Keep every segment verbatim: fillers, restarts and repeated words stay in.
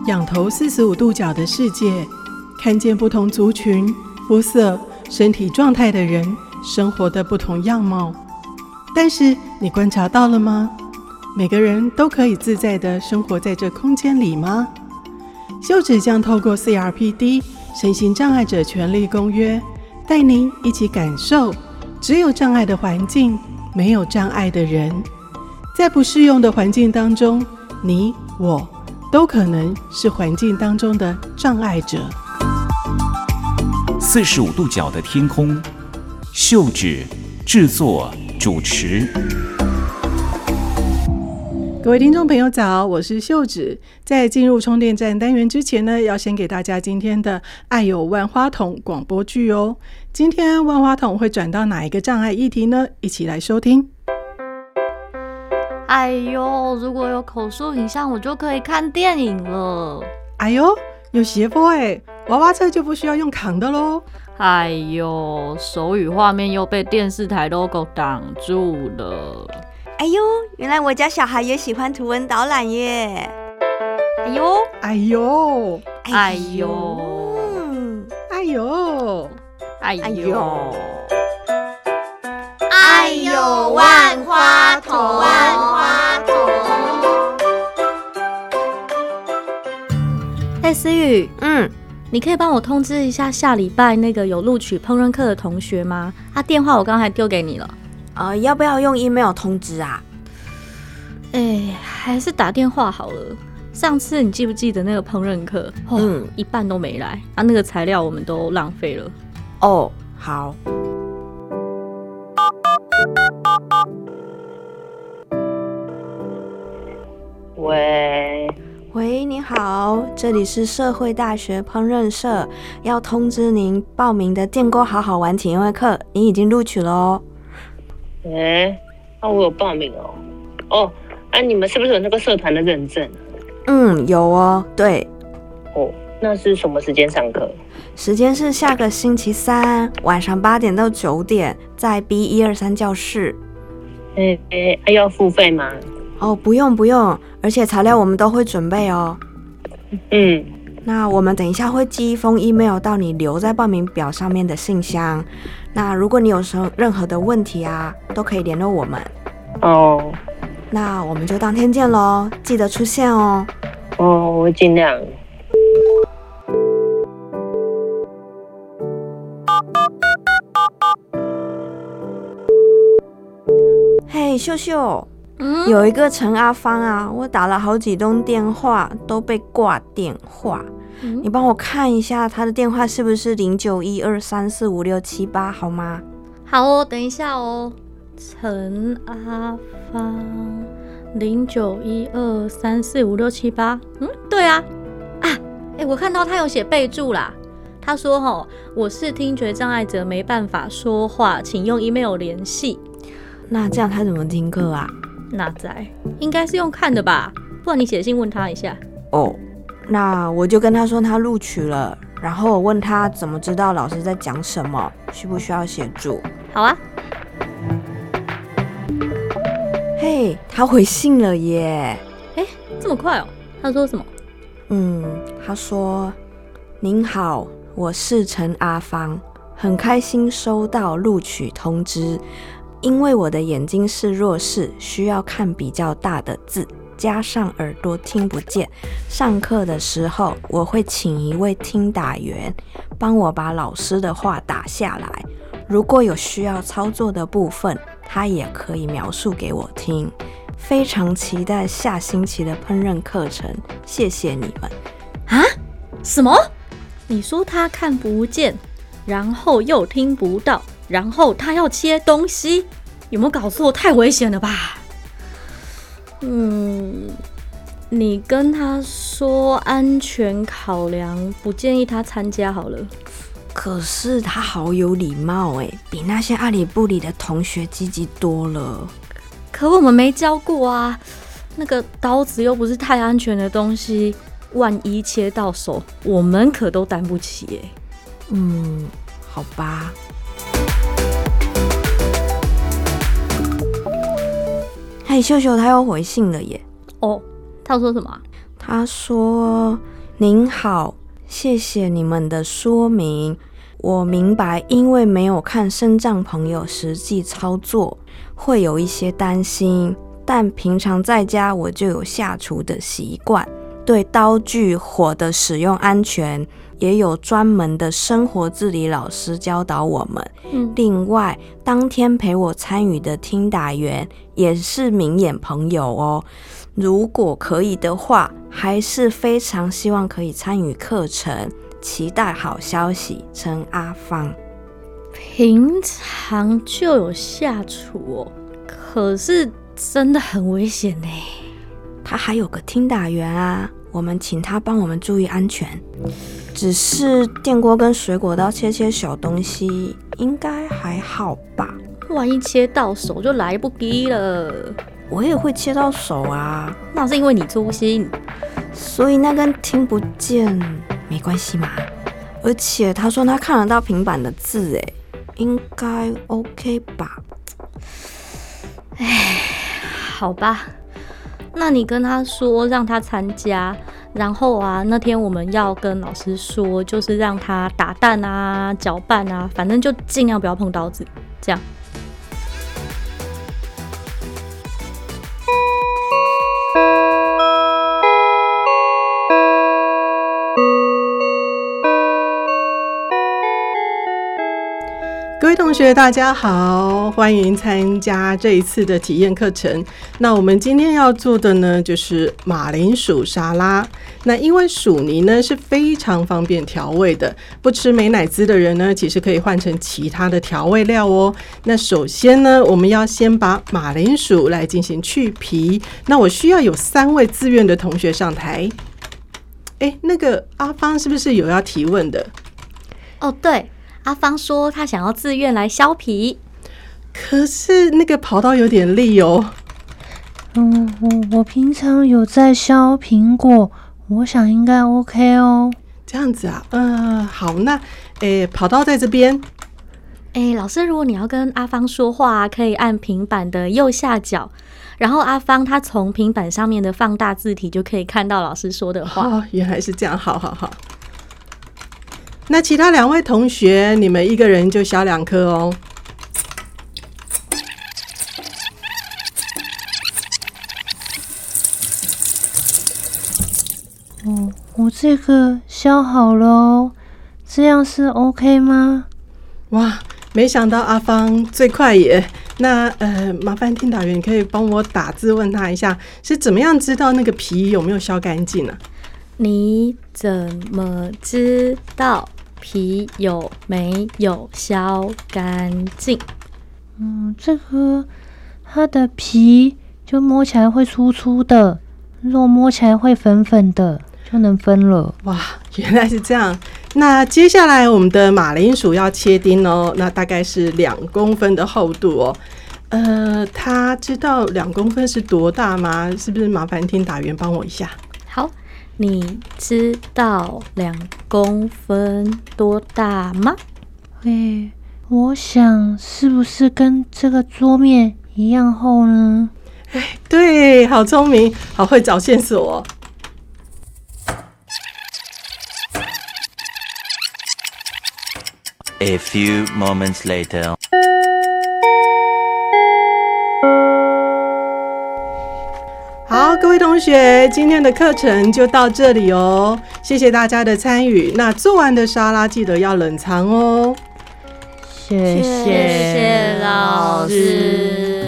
仰头四十五度角的世界，看见不同族群、肤色、身体状态的人生活的不同样貌。但是你观察到了吗？每个人都可以自在地生活在这空间里吗？秀芷将透过 C R P D 身心障碍者权利公约，带您一起感受只有障碍的环境，没有障碍的人。在不适用的环境当中，你我都可能是环境当中的障碍者。 四十五度角的天空，秀芷制作主持。 各位听众朋友早，我是秀芷。在进入充电站单元之前呢，要先给大家今天的爱有万花筒广播剧哦。今天万花筒会转到哪一个障碍议题呢？一起来收听。 哎呦，如果有口述影像，我就可以看电影了。 哎呦，有斜坡哎，娃娃车就不需要用扛的咯。 哎呦，手语画面又被电视台 logo 挡住了。 哎呦，原来我家小孩也喜欢图文导览耶！ 哎呦， 哎呦， 哎呦， 哎呦， 哎呦， 哎呦，万花筒，万花筒。 哎，思雨， 嗯， 你可以帮我通知一下下礼拜那个有录取烹饪课的同学吗？啊，电话我刚才丢给你了。 呃，要不要用 email 通知啊？ 哎，还是打电话好了。上次你记不记得那个烹饪课？哦、嗯，一半都没来啊，那个材料我们都浪费了。 哦，好。 喂， 喂，你好，这里是社会大学烹饪社，要通知您报名的电锅好好玩体验会课，你已经录取了哦。 哎，那、啊、我有报名哦。哦，啊，你们是不是有那个社团的认证？ 嗯，有哦，对。 哦，那是什么时间上课？ 时间是下个星期三晚上八点到九点，在 B 一二三教室。 哎哎，还、啊、要付费吗？ 哦，不用不用，而且材料我们都会准备哦。 嗯。 那我们等一下会寄一封 email 到你留在报名表上面的信箱。那如果你有什么任何的问题啊，都可以联络我们。 哦。 那我们就当天见咯，记得出现哦。 哦，我会尽量。 嘿，秀秀。 嗯， 有一个陈阿芳啊，我打了好几通电话都被挂电话。嗯、你帮我看一下他的电话是不是零九一二三四五六七八好吗？ 好哦，等一下哦。陈阿芳零九一二三四五六七八，嗯，对啊，啊，哎，我看到他有写备注啦。他说齁，我是听觉障碍者，没办法说话，请用 email 联系。 那这样他怎么听课啊？ 那在应该是用看的吧，不然你写信问他一下。 哦，那我就跟他说他录取了，然后我问他怎么知道老师在讲什么，需不需要协助。 好啊。 嘿，他回信了耶。 哎，这么快哦？他说什么？ 嗯，他说您好，我是陈阿芳，很开心收到录取通知，因为我的眼睛是弱视，需要看比较大的字，加上耳朵听不见，上课的时候我会请一位听打员帮我把老师的话打下来，如果有需要操作的部分，他也可以描述给我听。非常期待下星期的烹饪课程，谢谢你们。 啊？什么？你说他看不见，然后又听不到，然后他要切东西，有没有搞错？太危险了吧？嗯，你跟他说安全考量，不建议他参加好了。 可是他好有礼貌哎，比那些阿里不里的同学积极多了。 可我们没教过啊，那个刀子又不是太安全的东西，万一切到手，我们可都担不起耶。 嗯，好吧。嘿，秀秀他又回信了耶。 哦，他说什么啊？ 他说：您好，谢谢你们的说明。我明白，因为没有看身障朋友实际操作，会有一些担心。但平常在家我就有下厨的习惯，对刀具、火的使用安全也有专门的生活自理老师教导我们。嗯、另外，当天陪我参与的听打员也是明眼朋友哦。如果可以的话，还是非常希望可以参与课程。期待好消息，陈阿芳。 平常就有下厨哦，可是真的很危险呢。 他还有个听打员啊，我们请他帮我们注意安全。只是电锅跟水果刀切切小东西，应该还好吧？ 万一切到手就来不及了。 我也会切到手啊， 那是因为你粗心。 所以那跟听不见没关系嘛。而且他说他看得到平板的字，哎，应该 OK 吧？ 哎，好吧，那你跟他说让他参加，然后啊，那天我们要跟老师说，就是让他打蛋啊、搅拌啊，反正就尽量不要碰刀子，这样。 各位同学大家好，欢迎参加这一次的体验课程。那我们今天要做的呢，就是马铃薯沙拉。那因为薯泥呢是非常方便调味的，不吃美乃滋的人呢，其实可以换成其他的调味料哦。那首先呢，我们要先把马铃薯来进行去皮。那我需要有三位自愿的同学上台。哎，那个阿芳是不是有要提问的？ 哦，对。阿芳说他想要自愿来削皮， 可是那个刨刀有点利哦。 嗯，我我平常有在削苹果，我想应该 OK 哦。 这样子啊，嗯、呃，好，那诶，刨刀在这边。 诶，老师，如果你要跟阿芳说话，可以按平板的右下角，然后阿芳她从平板上面的放大字体就可以看到老师说的话。 哦，原来是这样，好好好。那其他两位同学，你们一个人就削两颗哦。 哦，我这个削好了哦，这样是 OK 吗？ 哇，没想到阿芳最快耶！那呃，麻烦听导员，你可以帮我打字问他一下，是怎么样知道那个皮有没有削干净啊？ 你怎么知道皮有没有削干净？ 嗯，这个它的皮就摸起来会粗粗的，肉摸起来会粉粉的，就能分了。 哇，原来是这样。那接下来我们的马铃薯要切丁哦，那大概是两公分的厚度哦。呃，他知道两公分是多大吗？是不是麻烦听打员帮我一下？ 好。你知道两公分多大吗？ 诶，我想是不是跟这个桌面一样厚呢？ 哎，对，好聪明，好会找线索哦。 A few moments later. 好，各位同学，今天的课程就到这里哦，谢谢大家的参与。那做完的沙拉记得要冷藏哦。 谢谢老师。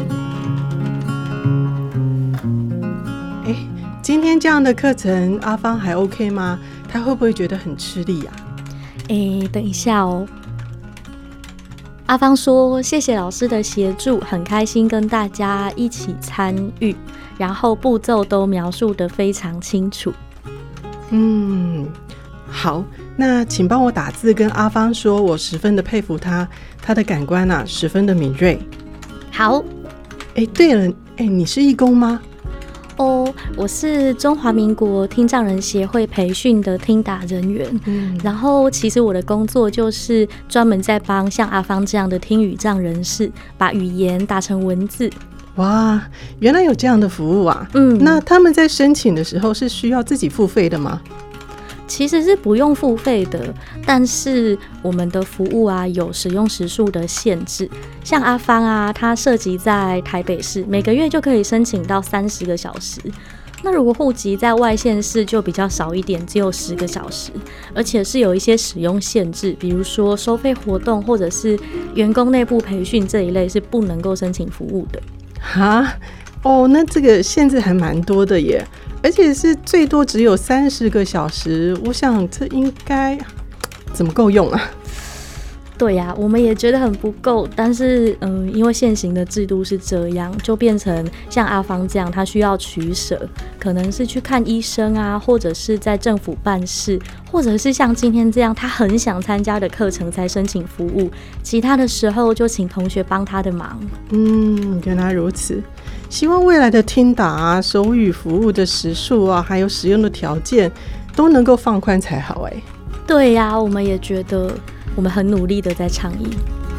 哎，今天这样的课程，阿芳还 OK 吗？他会不会觉得很吃力啊？ 哎，等一下哦。阿芳说：“谢谢老师的协助，很开心跟大家一起参与，然后步骤都描述得非常清楚。” 嗯，好，那请帮我打字跟阿芳说，我十分的佩服他，他的感官啊十分的敏锐。 好。 哎，对了，哎，你是义工吗？ 哦，我是中华民国听障人协会培训的听打人员，嗯，然后其实我的工作就是专门在帮像阿芳这样的听语障人士把语言打成文字。 哇，原来有这样的服务啊。 嗯， 那他们在申请的时候是需要自己付费的吗？ 其实是不用付费的，但是我们的服务啊有使用时数的限制。像阿芳啊，他涉及在台北市，每个月就可以申请到三十个小时。那如果户籍在外县市就比较少一点，只有十个小时，而且是有一些使用限制，比如说收费活动或者是员工内部培训这一类是不能够申请服务的。 哈，哦，那这个限制还蛮多的耶，而且是最多只有三十个小时，我想这应该怎么够用啊？ 对呀、啊，我们也觉得很不够，但是嗯，因为现行的制度是这样，就变成像阿芳这样，他需要取舍，可能是去看医生啊，或者是在政府办事，或者是像今天这样，他很想参加的课程才申请服务，其他的时候就请同学帮他的忙。 嗯，原来如此。希望未来的听打啊、手语服务的时数啊，还有使用的条件都能够放宽才好哎。 对呀、啊，我们也觉得。我们很努力的在倡议。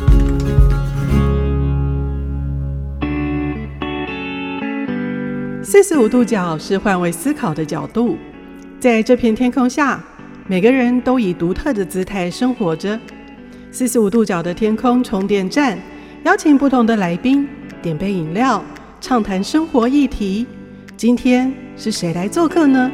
四十五度角是换位思考的角度，在这片天空下，每个人都以独特的姿态生活着。四十五度角的天空充电站，邀请不同的来宾点杯饮料，畅谈生活议题。今天是谁来做客呢？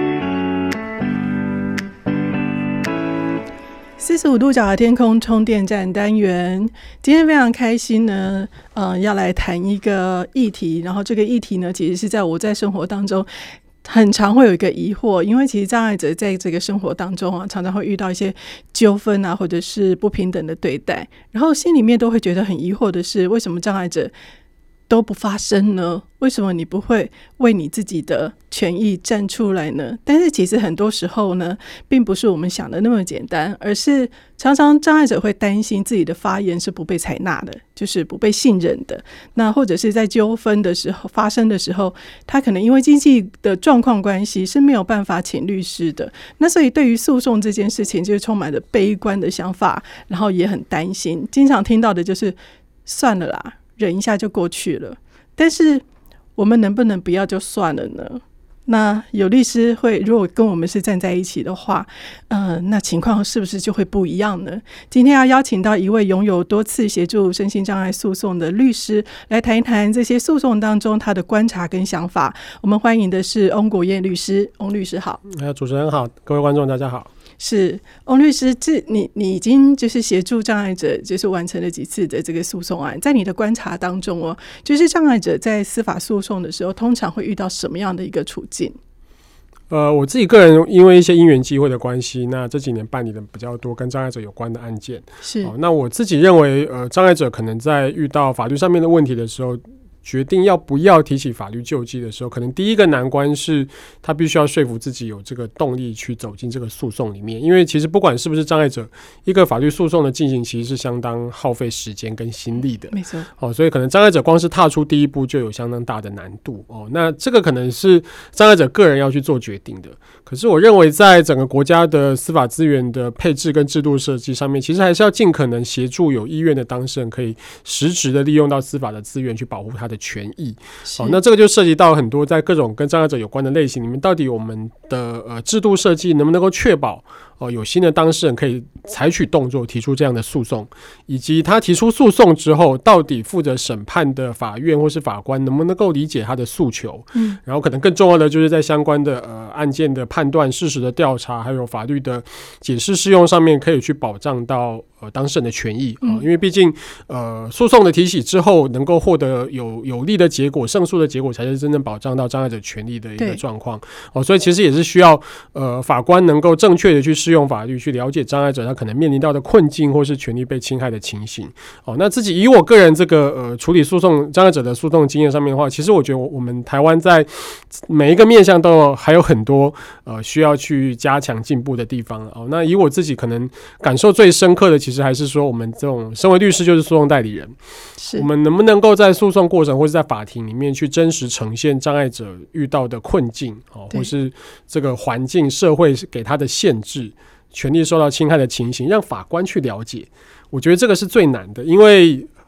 四十五度角的天空充电站单元，今天非常开心呢，呃，要来谈一个议题。然后这个议题呢，其实是在我在生活当中很常会有一个疑惑，因为其实障碍者在这个生活当中啊，常常会遇到一些纠纷啊，或者是不平等的对待，然后心里面都会觉得很疑惑的是，为什么障碍者都不发声呢？为什么你不会为你自己的权益站出来呢？但是其实很多时候呢，并不是我们想的那么简单，而是常常障碍者会担心自己的发言是不被采纳的，就是不被信任的。那或者是在纠纷的时候发生的时候，他可能因为经济的状况关系是没有办法请律师的。那所以对于诉讼这件事情，就充满了悲观的想法，然后也很担心。经常听到的就是算了啦，忍一下就过去了。但是我们能不能不要就算了呢？那有律师会如果跟我们是站在一起的话，呃，那情况是不是就会不一样呢？今天要邀请到一位拥有多次协助身心障碍诉讼的律师，来谈一谈这些诉讼当中他的观察跟想法。我们欢迎的是翁国燕律师。翁律师好。 还有主持人好，各位观众大家好。 是翁律师，这你你已经就是协助障碍者，就是完成了几次的这个诉讼案。在你的观察当中哦，就是障碍者在司法诉讼的时候，通常会遇到什么样的一个处境？ 呃，我自己个人因为一些因缘机会的关系，那这几年办理的比较多跟障碍者有关的案件。 是、 哦、那我自己认为，呃，障碍者可能在遇到法律上面的问题的时候，决定要不要提起法律救济的时候，可能第一个难关是他必须要说服自己有这个动力去走进这个诉讼里面。因为其实不管是不是障碍者，一个法律诉讼的进行其实是相当耗费时间跟心力的。 没错。 哦，所以可能障碍者光是踏出第一步就有相当大的难度。哦，那这个可能是障碍者个人要去做决定的。可是我认为在整个国家的司法资源的配置跟制度设计上面，其实还是要尽可能协助有意愿的当事人可以实质的利用到司法的资源去保护他的权益。哦，那这个就涉及到很多在各种跟障碍者有关的类型里面，到底我们的呃制度设计能不能够确保哦、呃、有心的当事人可以采取动作提出这样的诉讼，以及他提出诉讼之后，到底负责审判的法院或是法官能不能够理解他的诉求。嗯，然后可能更重要的就是在相关的呃案件的判断、事实的调查，还有法律的解释适用上面，可以去保障到呃当事人的权益。呃、因为毕竟呃诉讼的提起之后，能够获得有有利的结果，胜诉的结果才是真正保障到障碍者权利的一个状况。哦，所以其实也是需要呃法官能够正确的去适用法律，去了解障碍者他可能面临到的困境或是权利被侵害的情形。哦，那自己以我个人这个呃处理诉讼障碍者的诉讼经验上面的话，其实我觉得我们台湾在每一个面向都有还有很多呃需要去加强进步的地方。哦，那以我自己可能感受最深刻的，其实还是说我们这种身为律师就是诉讼代理人，我们能不能够在诉讼过程或是在法庭里面去真实呈现障碍者遇到的困境，哦，或是这个环境社会给他的限制，权利受到侵害的情形，让法官去了解。我觉得这个是最难的，因为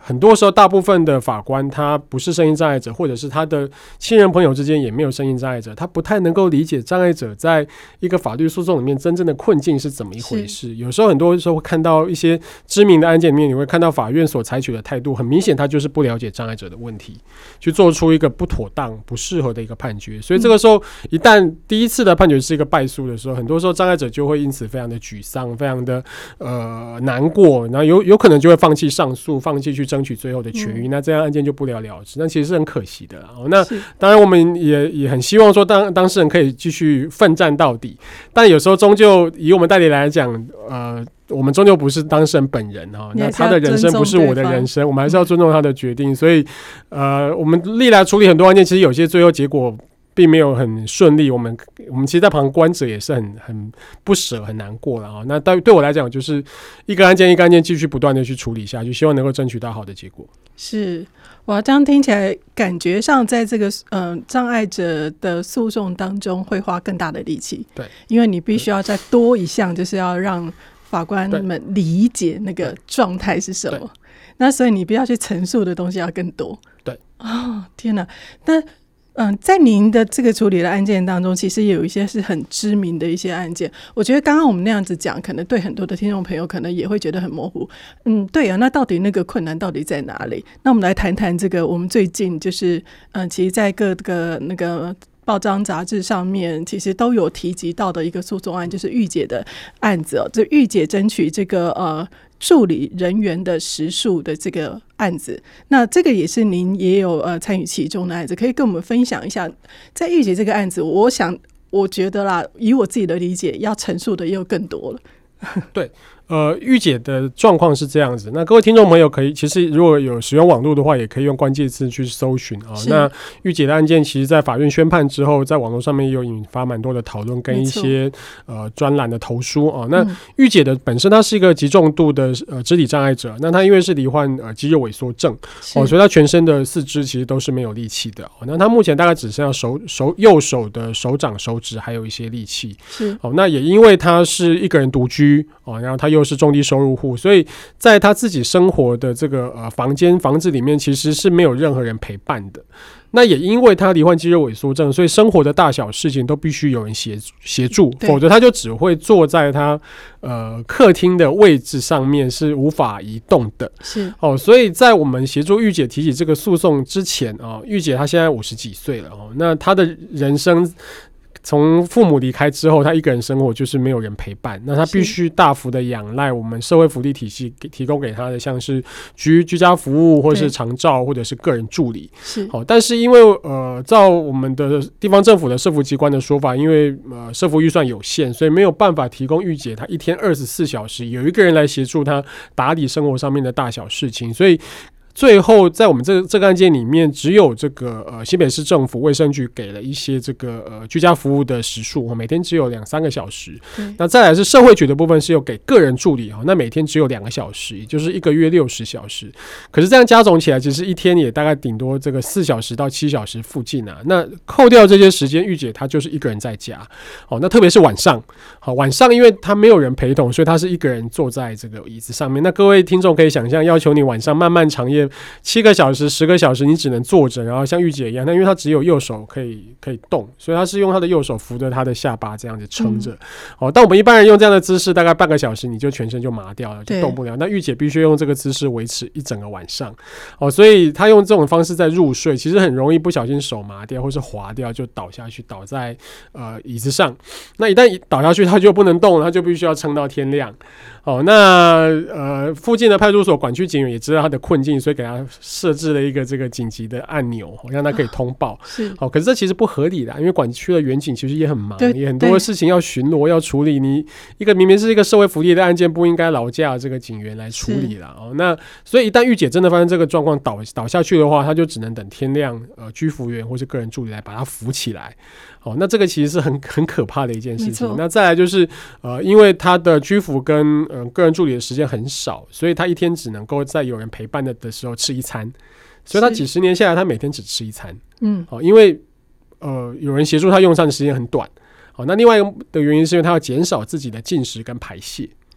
很多时候大部分的法官他不是身心障碍者，或者是他的亲人朋友之间也没有身心障碍者，他不太能够理解障碍者在一个法律诉讼里面真正的困境是怎么一回事。有时候很多时候会看到一些知名的案件里面，你会看到法院所采取的态度很明显，他就是不了解障碍者的问题，去做出一个不妥当不适合的一个判决。所以这个时候一旦第一次的判决是一个败诉的时候，很多时候障碍者就会因此非常的沮丧，非常的呃难过，然后有有可能就会放弃上诉，放弃去争取最后的痊愈、嗯、那这样案件就不了了之，那其实是很可惜的啦。那当然我们也也很希望说当当事人可以继续奋战到底，但有时候终究以我们代理来讲，呃我们终究不是当事人本人哈，那他的人生不是我的人生，我们还是要尊重他的决定。所以，呃，我们历来处理很多案件，其实有些最后结果并没有很顺利，我们我们其实在旁观者也是很很不舍、很难过了啊。那对对我来讲，就是一个案件一个案件继续不断的去处理下去，希望能够争取到好的结果。 是，哇，这样听起来感觉上，在这个嗯、呃、障碍者的诉讼当中，会花更大的力气。 对， 因为你必须要再多一项，就是要让法官们理解那个状态是什么，那所以你不要去陈述的东西要更多。 对， 哦，天哪，那嗯，在您的这个处理的案件当中，其实也有一些是很知名的一些案件。我觉得刚刚我们那样子讲，可能对很多的听众朋友可能也会觉得很模糊。嗯，对啊，那到底那个困难到底在哪里？那我们来谈谈这个，我们最近就是嗯，其实在各个那个报章杂志上面其实都有提及到的一个诉讼案，就是御姐的案子哦。这御姐争取这个呃助理人员的时数的这个案子，那这个也是您也有呃参与其中的案子，可以跟我们分享一下。在御姐这个案子，我想我觉得啦，以我自己的理解，要陈述的又更多了。 对。呃，御姐的状况是这样子，那各位听众朋友可以，其实如果有使用网络的话，也可以用关键字去搜寻啊。那御姐的案件，其实在法院宣判之后，在网络上面也有引发蛮多的讨论跟一些呃专栏的投书啊。那御姐的本身，它是一个极重度的呃肢体障碍者，那他因为是罹患呃肌肉萎缩症哦，所以他全身的四肢其实都是没有力气的。哦、那他目前大概只剩下手手右手的手掌、手指还有一些力气。 是哦，那也因为他是一个人独居哦，然后他又是中低收入户，所以在他自己生活的这个呃房间房子里面，其实是没有任何人陪伴的。那也因为他罹患肌肉萎缩症，所以生活的大小事情都必须有人协协助，否则他就只会坐在他呃客厅的位置上面，是无法移动的。 是哦，所以在我们协助御姐提起这个诉讼之前啊，御姐她现在五十几岁了哦，那她的人生。从父母离开之后，他一个人生活就是没有人陪伴，那他必须大幅的仰赖我们社会福利体系提供给他的，像是居居家服务，或是长照，或者是个人助理。 是好，但是因为呃，照我们的地方政府的社福机关的说法，因为呃社福预算有限，所以没有办法提供御姐他一天二十四小时有一个人来协助他打理生活上面的大小事情，所以。最后，在我们这个这个案件里面，只有这个呃新北市政府卫生局给了一些这个呃居家服务的时数，每天只有两三个小时。那再来是社会局的部分是有给个人助理哈，那每天只有两个小时，也就是一个月六十小时。可是这样加总起来，其实一天也大概顶多这个四小时到七小时附近啊。那扣掉这些时间，御姐她就是一个人在家。哦，那特别是晚上，好晚上因为她没有人陪同，所以她是一个人坐在这个椅子上面。那各位听众可以想象，要求你晚上漫漫长夜。七个小时、十个小时，你只能坐着，然后像御姐一样，那因为她只有右手可以可以动，所以她是用她的右手扶着她的下巴这样子撑着。嗯、哦，但我们一般人用这样的姿势，大概半个小时你就全身就麻掉了，就动不了。那御姐必须用这个姿势维持一整个晚上。哦，所以她用这种方式在入睡，其实很容易不小心手麻掉或是滑掉，就倒下去，倒在呃椅子上。那一旦倒下去，她就不能动了，她就必须要撑到天亮。哦，那呃，附近的派出所管区警员也知道他的困境，所以给他设置了一个这个紧急的按钮，让他可以通报。 是， 好、哦，可是这其实不合理的，因为管区的员警其实也很忙，也很多事情要巡逻要处理。你一个明明是一个社会福利的案件，不应该劳驾这个警员来处理了哦。那所以一旦御姐真的发生这个状况倒倒下去的话，他就只能等天亮，呃，居服员或是个人助理来把他扶起来。哦，那这个其实是很很可怕的一件事情。那再来就是，呃，因为他的居服跟呃个人助理的时间很少，所以他一天只能够在有人陪伴的的时候吃一餐，所以他几十年下来，他每天只吃一餐。嗯，好、哦，因为呃有人协助他用餐的时间很短。好、哦，那另外一个的原因是因为他要减少自己的进食跟排泄。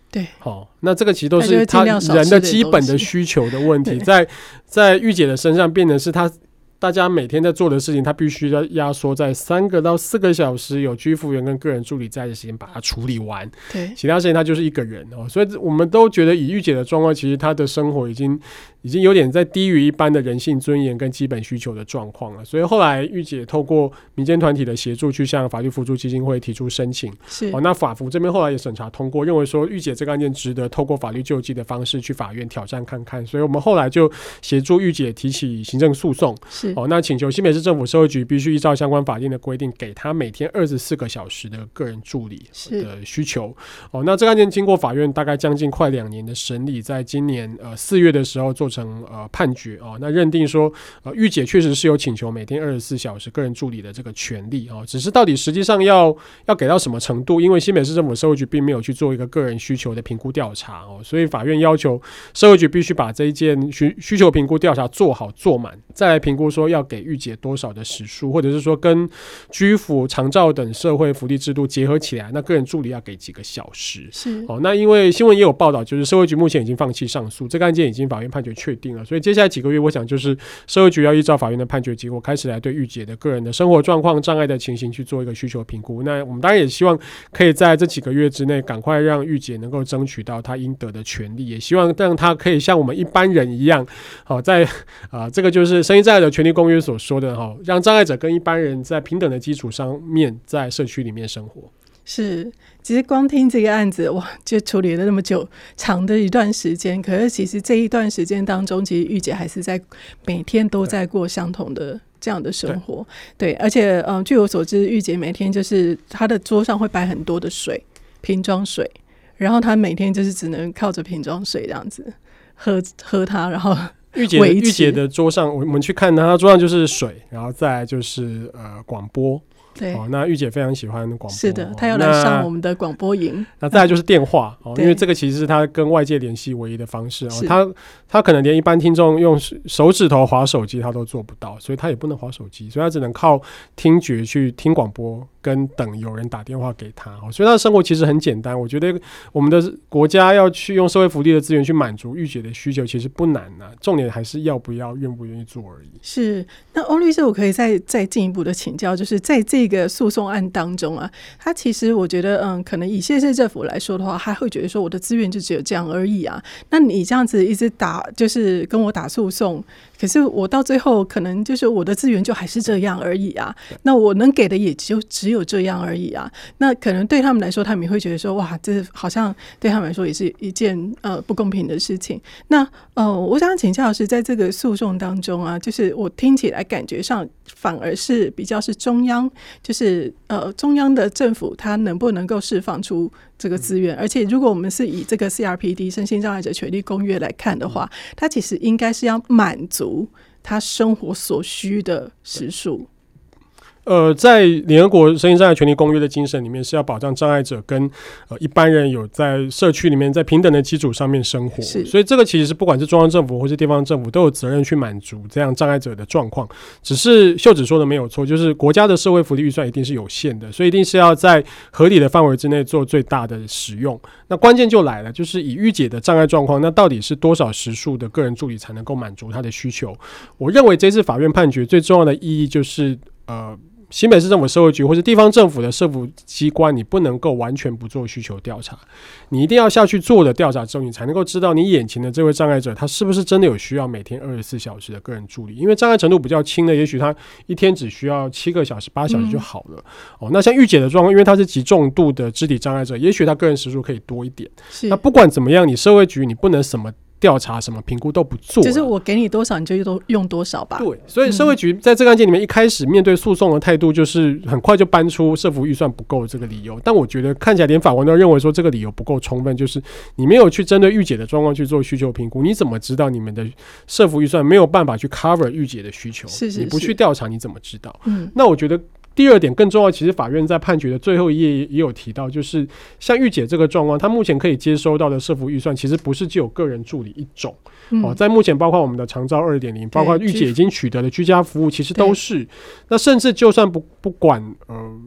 对， 好、哦，那这个其实都是他人的基本的需求的问题，在在御姐的身上变成是他。大家每天在做的事情，他必须要压缩在三个到四个小时，有居服员跟个人助理在的时间把它处理完。 对，其他时间他就是一个人哦，所以我们都觉得以御姐的状况，其实他的生活已经已经有点在低于一般的人性尊严跟基本需求的状况了。所以后来御姐透过民间团体的协助，去向法律扶助基金会提出申请。 是哦，那法扶这边后来也审查通过，认为说御姐这个案件值得透过法律救济的方式去法院挑战看看。所以我们后来就协助御姐提起行政诉讼。 是哦，那请求新北市政府社会局必须依照相关法定的规定，给他每天二十四个小时的个人助理的需求。哦，那这个案件经过法院大概将近快两年的审理，在今年呃四月的时候做成呃判决哦，那认定说呃御姐确实是有请求每天二十四小时个人助理的这个权利哦，只是到底实际上要要给到什么程度？因为新北市政府社会局并没有去做一个个人需求的评估调查哦，所以法院要求社会局必须把这一件需需求评估调查做好做满，再来评估说要给御姐多少的时数，或者是说跟居服、长照等社会福利制度结合起来，那个人助理要给几个小时？ 是哦，那因为新闻也有报道，就是社会局目前已经放弃上诉，这个案件已经法院判决确定了，所以接下来几个月，我想就是社会局要依照法院的判决结果，开始来对御姐的个人的生活状况、障碍的情形去做一个需求评估。那我们当然也希望可以在这几个月之内，赶快让御姐能够争取到她应得的权利，也希望让她可以像我们一般人一样，好在啊、呃，这个就是《身心障碍者权利公约》所说的哈，让障碍者跟一般人在平等的基础上面，在社区里面生活。 是，其实光听这个案子，哇，就处理了那么久长的一段时间。可是其实这一段时间当中，其实御姐还是在每天都在过相同的这样的生活。对，对而且嗯，据我所知，御姐每天就是她的桌上会摆很多的水，瓶装水，然后她每天就是只能靠着瓶装水这样子喝喝它，然后。 御姐的御姐的桌上，我们去看她桌上就是水，然后再来就是呃广播。 对、 哦，那御姐非常喜欢广播， 是的，她要来上我们的广播营。 那再来就是电话、哦、因为这个其实是她跟外界联系唯一的方式。哦、她她可能连一般听众用手指头滑手机她都做不到，所以她也不能滑手机，所以她只能靠听觉去听广播，跟等有人打电话给她。哦、所以她的生活其实很简单。我觉得我们的国家要去用社会福利的资源去满足御姐的需求，其实不难啊，重点还是要不要、愿不愿意做而已。 是，那欧律师，我可以再再进一步的请教，就是在这个诉讼案当中啊，他其实我觉得，嗯，可能以县市政府来说的话，他会觉得说我的资源就只有这样而已啊。那你这样子一直打，就是跟我打诉讼，可是我到最后可能就是我的资源就还是这样而已啊。那我能给的也就只有这样而已啊。那可能对他们来说，他们也会觉得说，哇，这好像对他们来说也是一件呃不公平的事情。那呃，我想请教的是，在这个诉讼当中啊，就是我听起来感觉上反而是比较是中央，就是呃中央的政府它能不能够释放出这个资源，而且如果我们是以这个 C R P D 身心障碍者权利公约来看的话，它其实应该是要满足他生活所需的时数。 呃，在联合国身心障碍权利公约的精神里面，是要保障障碍者跟呃一般人有在社区里面在平等的基础上面生活，所以这个其实是不管是中央政府或是地方政府都有责任去满足这样障碍者的状况。只是秀芷说的没有错，就是国家的社会福利预算一定是有限的，所以一定是要在合理的范围之内做最大的使用。那关键就来了，就是以御姐的障碍状况，那到底是多少时数的个人助理才能够满足他的需求？我认为这次法院判决最重要的意义就是呃。新北市政府社会局或是地方政府的社福机关，你不能够完全不做需求调查，你一定要下去做的调查之后，你才能够知道你眼前的这位障碍者他是不是真的有需要每天二十四小时的个人助理。因为障碍程度比较轻的，也许他一天只需要七个小时八小时就好了、嗯哦、那像御姐的状况，因为他是极重度的肢体障碍者，也许他个人时数可以多一点。那不管怎么样，你社会局你不能什么调查什么评估都不做， 就是我给你多少你就用多少吧。 对，所以社会局在这个案件里面一开始面对诉讼的态度就是很快就搬出社福预算不够这个理由，但我觉得看起来连法官都认为说这个理由不够充分，就是你没有去针对御姐的状况去做需求评估，你怎么知道你们的社福预算没有办法去 cover 御姐的需求？ 是是是， 你不去调查你怎么知道？ 嗯， 那我觉得第二点更重要，其实法院在判决的最后一页也有提到，就是像御姐这个状况，她目前可以接收到的社福预算其实不是只有个人助理一种、嗯哦、在目前包括我们的长照 二点零， 包括御姐已经取得的居家服务其实都是。那甚至就算 不, 不管呃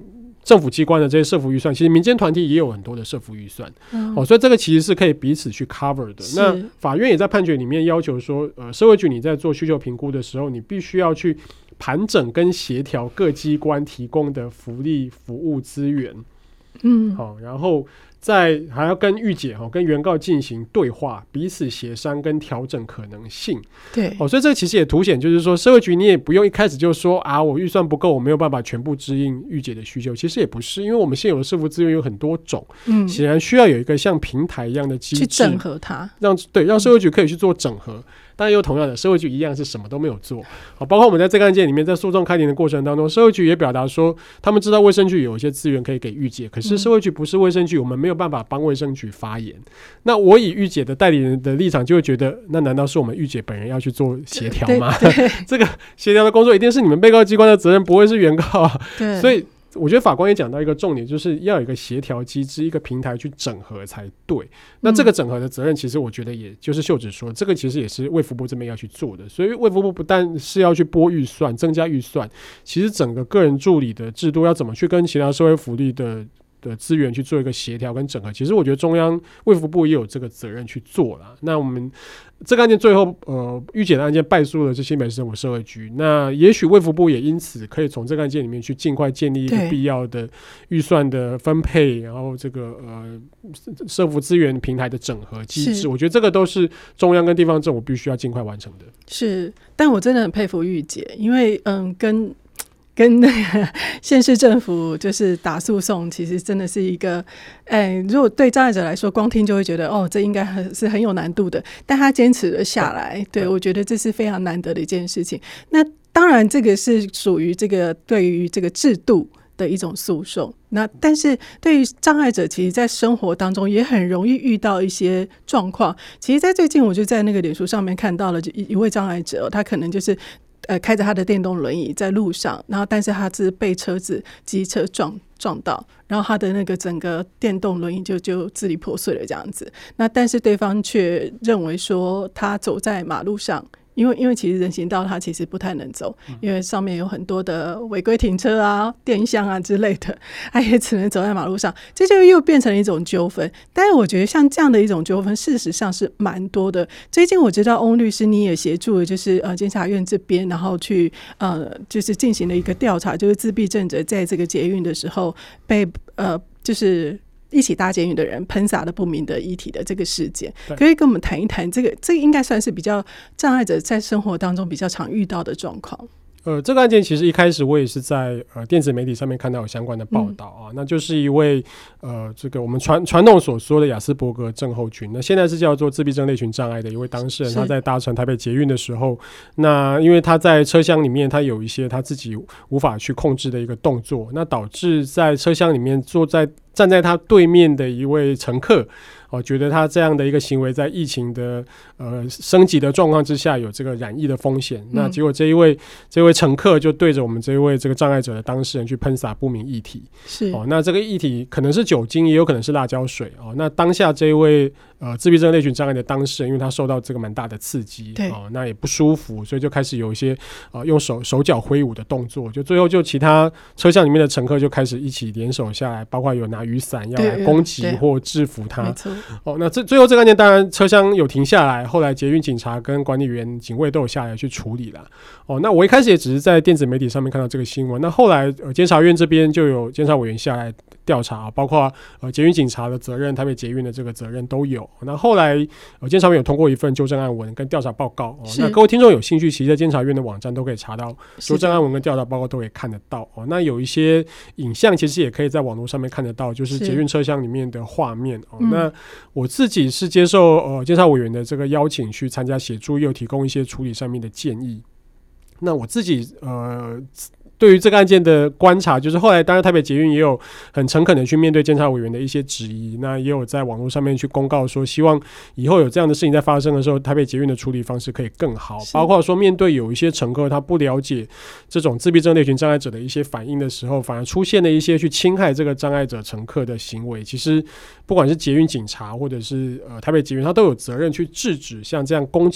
政府机关的这些社福预算，其实民间团体也有很多的社福预算、嗯哦、所以这个其实是可以彼此去 cover 的。那法院也在判决里面要求说，呃，社会局你在做需求评估的时候，你必须要去盘整跟协调各机关提供的福利服务资源，嗯，好、哦，然后再还要跟预解、哦、跟原告进行对话，彼此协商跟调整可能性。 对、 哦，所以这个其实也凸显，就是说社会局你也不用一开始就说啊，我预算不够，我没有办法全部支应预解的需求。其实也不是，因为我们现有的社福资源有很多种，嗯，显然需要有一个像平台一样的机制去整合它， 让对让社会局可以去做整合。当然又同样的，社会局一样是什么都没有做。好，包括我们在这个案件里面，在诉讼开庭的过程当中，社会局也表达说，他们知道卫生局有一些资源可以给预解，可是社会局不是卫生局，我们没有办法帮卫生局发言。那我以预解的代理人的立场，就会觉得，那难道是我们预解本人要去做协调吗？这个协调的工作一定是你们被告机关的责任，不会是原告啊。对，所以我觉得法官也讲到一个重点，就是要有一个协调机制，一个平台去整合才对。那这个整合的责任，其实我觉得也就是秀芷说，这个其实也是卫福部这边要去做的。所以卫福部不但是要去拨预算、增加预算，其实整个个人助理的制度要怎么去跟其他社会福利的的资源去做一个协调跟整合，其实我觉得中央卫福部也有这个责任去做啦。那我们这个案件最后呃预解的案件败诉了是新北市政府社会局，那也许卫福部也因此可以从这个案件里面去尽快建立一个必要的预算的分配，然后这个呃社福资源平台的整合机制，我觉得这个都是中央跟地方政府必须要尽快完成的。 是，但我真的很佩服玉姐，因为嗯跟跟那个县市政府就是打诉讼，其实真的是一个，哎，如果对障碍者来说，光听就会觉得哦，这应该很是很有难度的。但他坚持了下来，对，我觉得这是非常难得的一件事情。那当然，这个是属于这个对于这个制度的一种诉讼。那但是对于障碍者，其实在生活当中也很容易遇到一些状况。其实，在最近我就在那个脸书上面看到了一位障碍者，他可能就是。呃，开着他的电动轮椅在路上，然后但是他是被车子机车撞撞到，然后他的那个整个电动轮椅就就支离破碎了这样子。那但是对方却认为说他走在马路上。因为因为其实人行道它其实不太能走，因为上面有很多的违规停车啊、电箱啊之类的，它也只能走在马路上，这就又变成了一种纠纷。但是我觉得像这样的一种纠纷，事实上是蛮多的。最近我知道翁律师你也协助了，就是呃监察院这边，然后去呃就是进行了一个调查，就是自闭症者在这个捷运的时候被呃就是。一起搭捷运的人喷洒了不明的液体的这个事件，可以跟我们谈一谈这个？这个应该算是比较障碍者在生活当中比较常遇到的状况。 呃，这个案件其实一开始我也是在呃电子媒体上面看到有相关的报道啊，嗯、那就是一位呃这个我们传传统所说的亚斯伯格症候群，那现在是叫做自闭症类群障碍的一位当事人，他在搭乘台北捷运的时候，那因为他在车厢里面他有一些他自己无法去控制的一个动作，那导致在车厢里面坐在站在他对面的一位乘客。我觉得他这样的一个行为在疫情的呃升级的状况之下有这个染疫的风险、嗯、那结果这一位这位乘客就对着我们这一位这个障碍者的当事人去喷洒不明液体，是哦，那这个液体可能是酒精也有可能是辣椒水哦，那当下这一位呃自闭症类群障碍的当事人因为他受到这个蛮大的刺激哦，那也不舒服，所以就开始有一些呃用手手脚挥舞的动作，就最后就其他车厢里面的乘客就开始一起联手下来，包括有拿雨伞要来攻击或制服他，没错。哦，那这最后这个案件当然车厢有停下来，后来捷运警察跟管理员、警卫都有下来去处理了。哦，那我一开始也只是在电子媒体上面看到这个新闻，那后来呃监察院这边就有监察委员下来调查，包括呃捷运警察的责任、台北捷运的这个责任都有。那后来呃监察院有通过一份纠正案文跟调查报告。哦，那各位听众有兴趣，其实在监察院的网站都可以查到纠正案文跟调查报告都可以看得到。哦，那有一些影像其实也可以在网络上面看得到，就是捷运车厢里面的画面。哦，嗯、那我自己是接受呃监察委员的这个邀请去参加协助，又提供一些处理上面的建议。那我自己呃对于这个案件的观察，就是后来当然台北捷运也有很诚恳的去面对监察委员的一些质疑，那也有在网络上面去公告说，希望以后有这样的事情在发生的时候，台北捷运的处理方式可以更好，包括说面对有一些乘客他不了解这种自闭症类群障碍者的一些反应的时候，反而出现了一些去侵害这个障碍者乘客的行为，其实不管是捷运警察或者是呃台北捷运，他都有责任去制止像这样攻击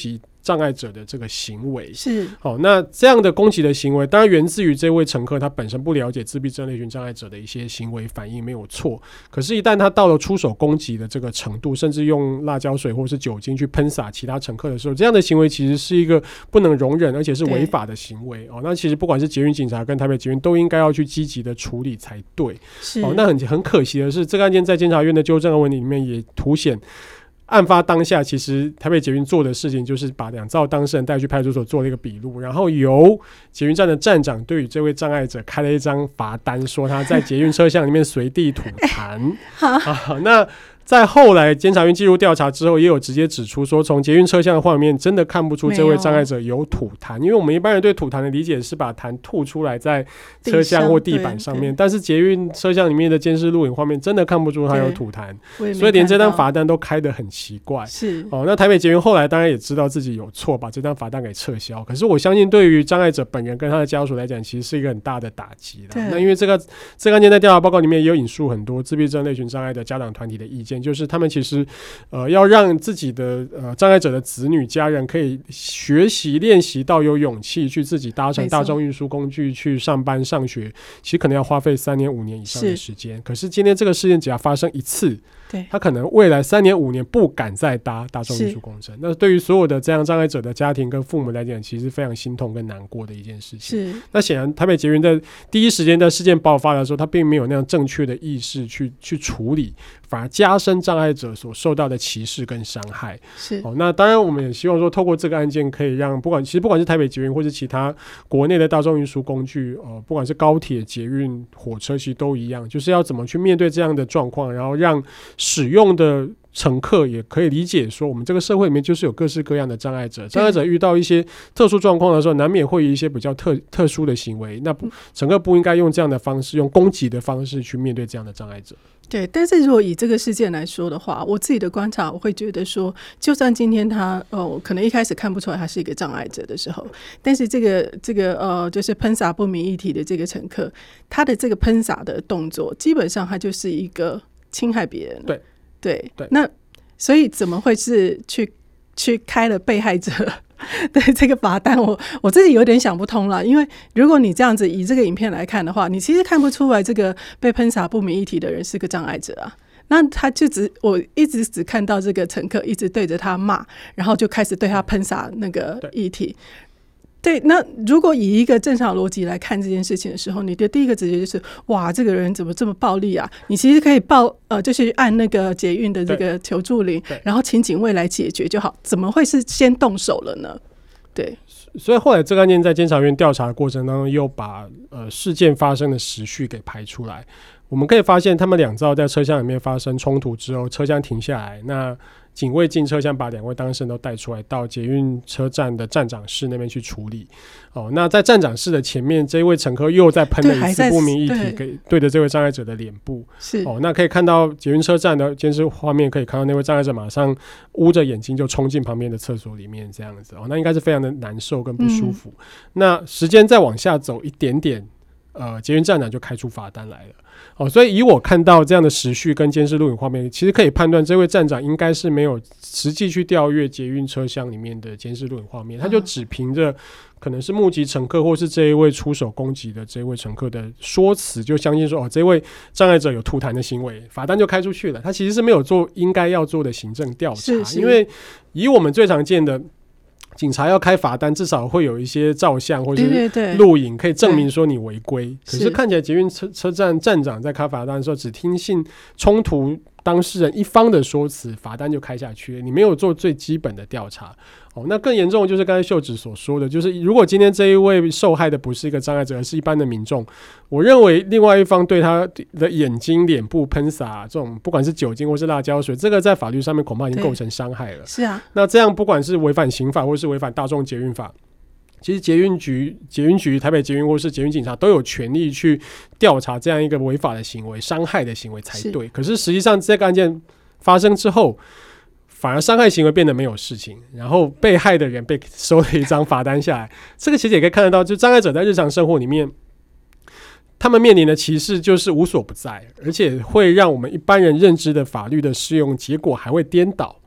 障碍者的这个行为。 是， 好，那这样的攻击的行为当然源自于这位乘客他本身不了解自闭症类群障碍者的一些行为反应没有错，可是一旦他到了出手攻击的这个程度，甚至用辣椒水或是酒精去喷洒其他乘客的时候，这样的行为其实是一个不能容忍而且是违法的行为哦。那其实不管是捷运警察跟台北捷运都应该要去积极的处理才对。 是哦，那很很可惜的是，这个案件在监察院的纠正文里面也凸显，案发当下其实台北捷运做的事情就是把两造当事人带去派出所做了一个笔录，然后由捷运站的站长对于这位障碍者开了一张罚单，说他在捷运车厢里面随地吐痰。啊，那在后来监察院介入调查之后，也有直接指出说，从捷运车厢的画面真的看不出这位障碍者有吐痰，因为我们一般人对吐痰的理解是把痰吐出来在车厢或地板上面，但是捷运车厢里面的监视录影画面真的看不出他有吐痰，所以连这张罚单都开得很奇怪。 是哦，那台北捷运后来当然也知道自己有错，把这张罚单给撤销。可是我相信，对于障碍者本人跟他的家属来讲，其实是一个很大的打击啦。那因为这个这个案件在调查报告里面也有引述很多自闭症类群障碍的家长团体的意见，就是他们其实呃要让自己的呃障碍者的子女家人可以学习练习到有勇气去自己搭乘大众运输工具去上班上学，其实可能要花费三年五年以上的时间。可是今天这个事件只要发生一次， 对， 他可能未来三年五年不敢再搭大众运输工程。那对于所有的这样障碍者的家庭跟父母来讲，其实非常心痛跟难过的一件事情。 是， 那显然台北捷运在第一时间在事件爆发的时候，他并没有那样正确的意识去去处理，反而加深障碍者所受到的歧视跟伤害。 是、 哦，那当然我们也希望说，透过这个案件，可以让不管其实不管是台北捷运或是其他国内的大众运输工具，哦，不管是高铁、捷运、火车，其实都一样，就是要怎么去面对这样的状况，然后让使用的乘客也可以理解说，我们这个社会里面就是有各式各样的障碍者，障碍者遇到一些特殊状况的时候，难免会有一些比较 特, 特殊的行为，那乘客不应该用这样的方式，用攻击的方式去面对这样的障碍者。 对，但是如果以这个事件来说的话，我自己的观察，我会觉得说，就算今天他哦，可能一开始看不出来他是一个障碍者的时候，但是这个这个呃，就是喷洒不明液体的这个乘客，他的这个喷洒的动作，基本上他就是一个侵害别人。 对对对， 那所以怎么会是去去开了被害者对这个罚单，我我自己有点想不通了。因为如果你这样子以这个影片来看的话，你其实看不出来这个被喷洒不明液体的人是个障碍者啊。那他就只我一直只看到这个乘客一直对着他骂，然后就开始对他喷洒那个液体。对，那如果以一个正常逻辑来看这件事情的时候，你的第一个直觉就是哇，这个人怎么这么暴力啊？你其实可以报呃，就是按那个捷运的这个求助铃，然后请警卫来解决就好，怎么会是先动手了呢？对， 所以后来这个案件在监察院调查的过程当中，又把呃事件发生的时序给排出来。我们可以发现，他们两造在车厢里面发生冲突之后，车厢停下来，那警卫进车厢把两位当事人都带出来，到捷运车站的站长室那边去处理。哦，那在站长室的前面，这位乘客又在喷了一次不明液体给对着这位障碍者的脸部。 是哦，那可以看到捷运车站的监视画面，可以看到那位障碍者马上捂着眼睛就冲进旁边的厕所里面，这样子。哦，那应该是非常的难受跟不舒服。嗯、那时间再往下走一点点，呃，捷运站长就开出罚单来了。哦，所以以我看到这样的时序跟监视录影画面，其实可以判断这位站长应该是没有实际去调阅捷运车厢里面的监视录影画面，他就只凭着可能是目击乘客或是这一位出手攻击的这一位乘客的说辞，就相信说哦，这位障碍者有吐痰的行为，罚单就开出去了。他其实是没有做应该要做的行政调查， 是是因为以我们最常见的。警察要开罚单，至少会有一些照相或是录影可以证明说你违规。可是看起来捷运 车, 车站站长在开罚单的时候，只听信冲突当事人一方的说辞，罚单就开下去了，你没有做最基本的调查。哦，那更严重的就是刚才秀芷所说的，就是如果今天这一位受害的不是一个障碍者，而是一般的民众，我认为另外一方对他的眼睛、脸部喷洒这种不管是酒精或是辣椒水，这个在法律上面恐怕已经构成伤害了。 是啊， 那这样不管是违反刑法或是违反大众捷运法，其实捷运局、捷运局、台北捷运或是捷运警察都有权利去调查这样一个违法的行为、伤害的行为才对。可是实际上这个案件发生之后，反而伤害行为变得没有事情，然后被害的人被收了一张罚单下来。这个其实也可以看得到，就障碍者在日常生活里面，他们面临的歧视就是无所不在，而且会让我们一般人认知的法律的适用结果还会颠倒。 对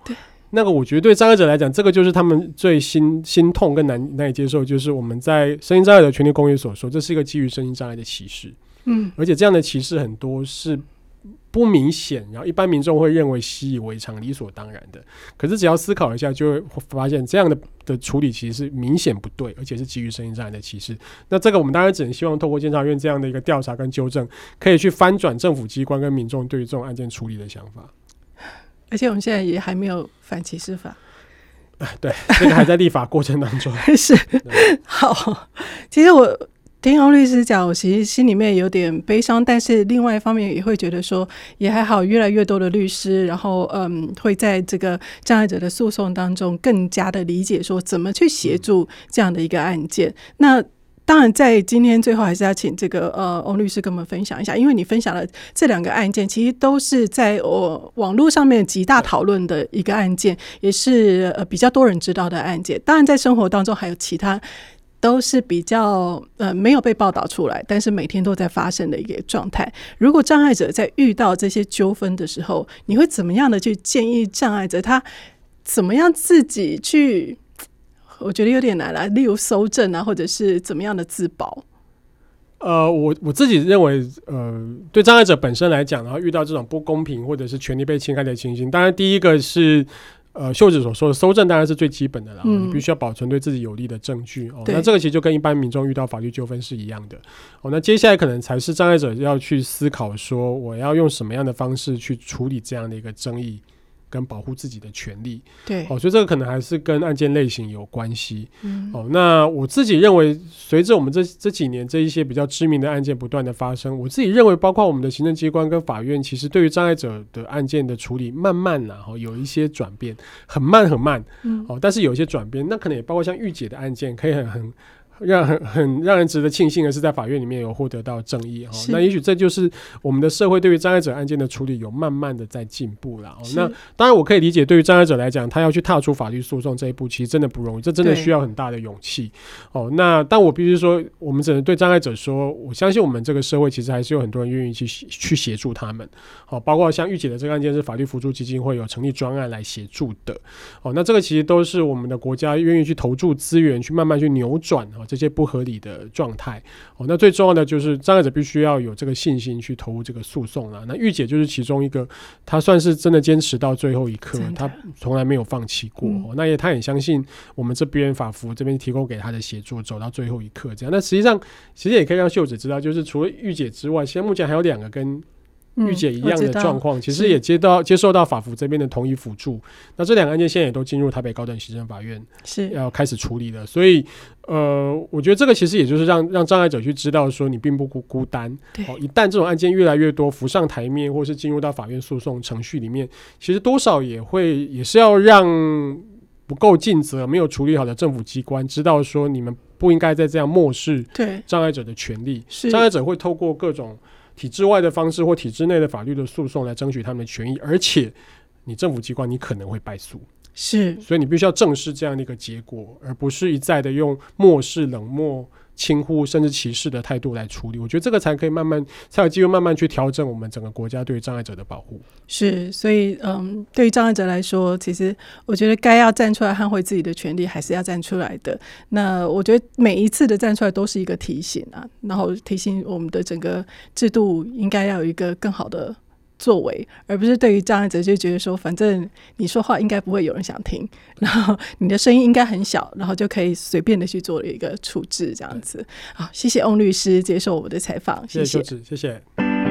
那个我觉得对障碍者来讲，这个就是他们最心心痛跟难难以接受，就是我们在身心障碍者权利公约所说，这是一个基于身心障碍的歧视。嗯，而且这样的歧视很多是不明显，然后一般民众会认为习以为常、理所当然的。可是只要思考一下，就会发现这样的的处理其实是明显不对，而且是基于身心障碍的歧视。那这个我们当然只能希望透过监察院这样的一个调查跟纠正，可以去翻转政府机关跟民众对于这种案件处理的想法。 而且我们现在也还没有反歧视法。 对，这个还在立法过程当中。 是，好，其实我听洪律师讲，我其实心里面有点悲伤，但是另外一方面也会觉得说，也还好，越来越多的律师，然后嗯，会在这个障碍者的诉讼当中更加的理解说怎么去协助这样的一个案件。那当然，在今天最后还是要请这个呃翁律师跟我们分享一下，因为你分享了这两个案件，其实都是在呃网络上面极大讨论的一个案件，也是呃比较多人知道的案件。当然，在生活当中还有其他都是比较呃没有被报道出来，但是每天都在发生的一个状态。如果障碍者在遇到这些纠纷的时候，你会怎么样的去建议障碍者他怎么样自己去？我觉得有点难啦，例如搜证啊，或者是怎么样的自保。 呃，我我自己认为，呃，对障碍者本身来讲，然后遇到这种不公平或者是权利被侵害的情形，当然第一个是呃秀芷所说的搜证，当然是最基本的啦、嗯，你必须要保存对自己有利的证据哦。那这个其实就跟一般民众遇到法律纠纷是一样的哦。那接下来可能才是障碍者要去思考说，我要用什么样的方式去处理这样的一个争议。跟保护自己的权利， 对， 哦，所以这个可能还是跟案件类型有关系。嗯，哦，那我自己认为，随着我们这这几年这一些比较知名的案件不断的发生，我自己认为，包括我们的行政机关跟法院，其实对于障碍者的案件的处理，慢慢啦，哦，有一些转变，很慢很慢，嗯，哦，但是有一些转变，那可能也包括像御姐的案件，可以很很。让很很让人值得庆幸的是，在法院里面有获得到正义、哦、那也许这就是我们的社会对于障碍者案件的处理有慢慢的在进步啦、哦、那当然我可以理解，对于障碍者来讲，他要去踏出法律诉讼这一步，其实真的不容易，这真的需要很大的勇气哦。那但我必须说，我们只能对障碍者说，我相信我们这个社会其实还是有很多人愿意去去协助他们哦，包括像御姐的这个案件是法律扶助基金会有成立专案来协助的哦。那这个其实都是我们的国家愿意去投注资源，去慢慢去扭转哦。这些不合理的状态、哦、那最重要的就是障碍者必须要有这个信心去投入这个诉讼啦。那御姐就是其中一个，他算是真的坚持到最后一刻，他从来没有放弃过、嗯哦、那也他很相信我们这边法服这边提供给他的协助，走到最后一刻这样。那实际上其实也可以让秀芷知道，就是除了御姐之外，现在目前还有两个跟御姐一样的状况、嗯、其实也接到接受到法服这边的同意辅助。那这两个案件现在也都进入台北高等行政法院，是要开始处理了。所以呃，我觉得这个其实也就是让让障碍者去知道说你并不孤孤单、哦、一旦这种案件越来越多浮上台面，或是进入到法院诉讼程序里面，其实多少也会也是要让不够尽责没有处理好的政府机关知道说，你们不应该再这样漠视障碍者的权利。障碍者会透过各种体制外的方式或体制内的法律的诉讼来争取他们的权益，而且你政府机关你可能会败诉，是，所以你必须要正视这样的一个结果，而不是一再的用漠视、冷漠、轻忽甚至歧视的态度来处理。我觉得这个才可以慢慢才有机会慢慢去调整我们整个国家对于障碍者的保护。是，所以嗯，对于障碍者来说，其实我觉得该要站出来捍卫自己的权利还是要站出来的。那我觉得每一次的站出来都是一个提醒啊，然后提醒我们的整个制度应该要有一个更好的作为，而不是对于障碍者就觉得说反正你说话应该不会有人想听，然后你的声音应该很小，然后就可以随便的去做一个处置这样子。好，谢谢翁律师接受我的采访，谢谢。谢谢，谢谢。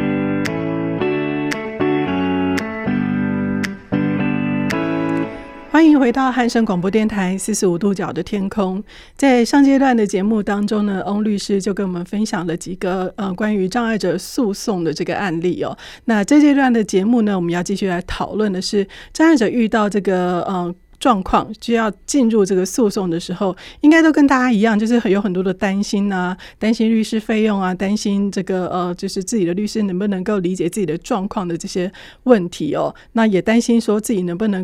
欢迎回到汉声广播电台四十五度角的天空。在上阶段的节目当中呢，翁律师就跟我们分享了几个呃关于障碍者诉讼的这个案例哦。那这阶段的节目呢，我们要继续来讨论的是障碍者遇到这个呃状况需要进入这个诉讼的时候，应该都跟大家一样，就是有很多的担心啊，担心律师费用啊，担心这个呃，就是自己的律师能不能够理解自己的状况的这些问题哦。那也担心说自己能不能够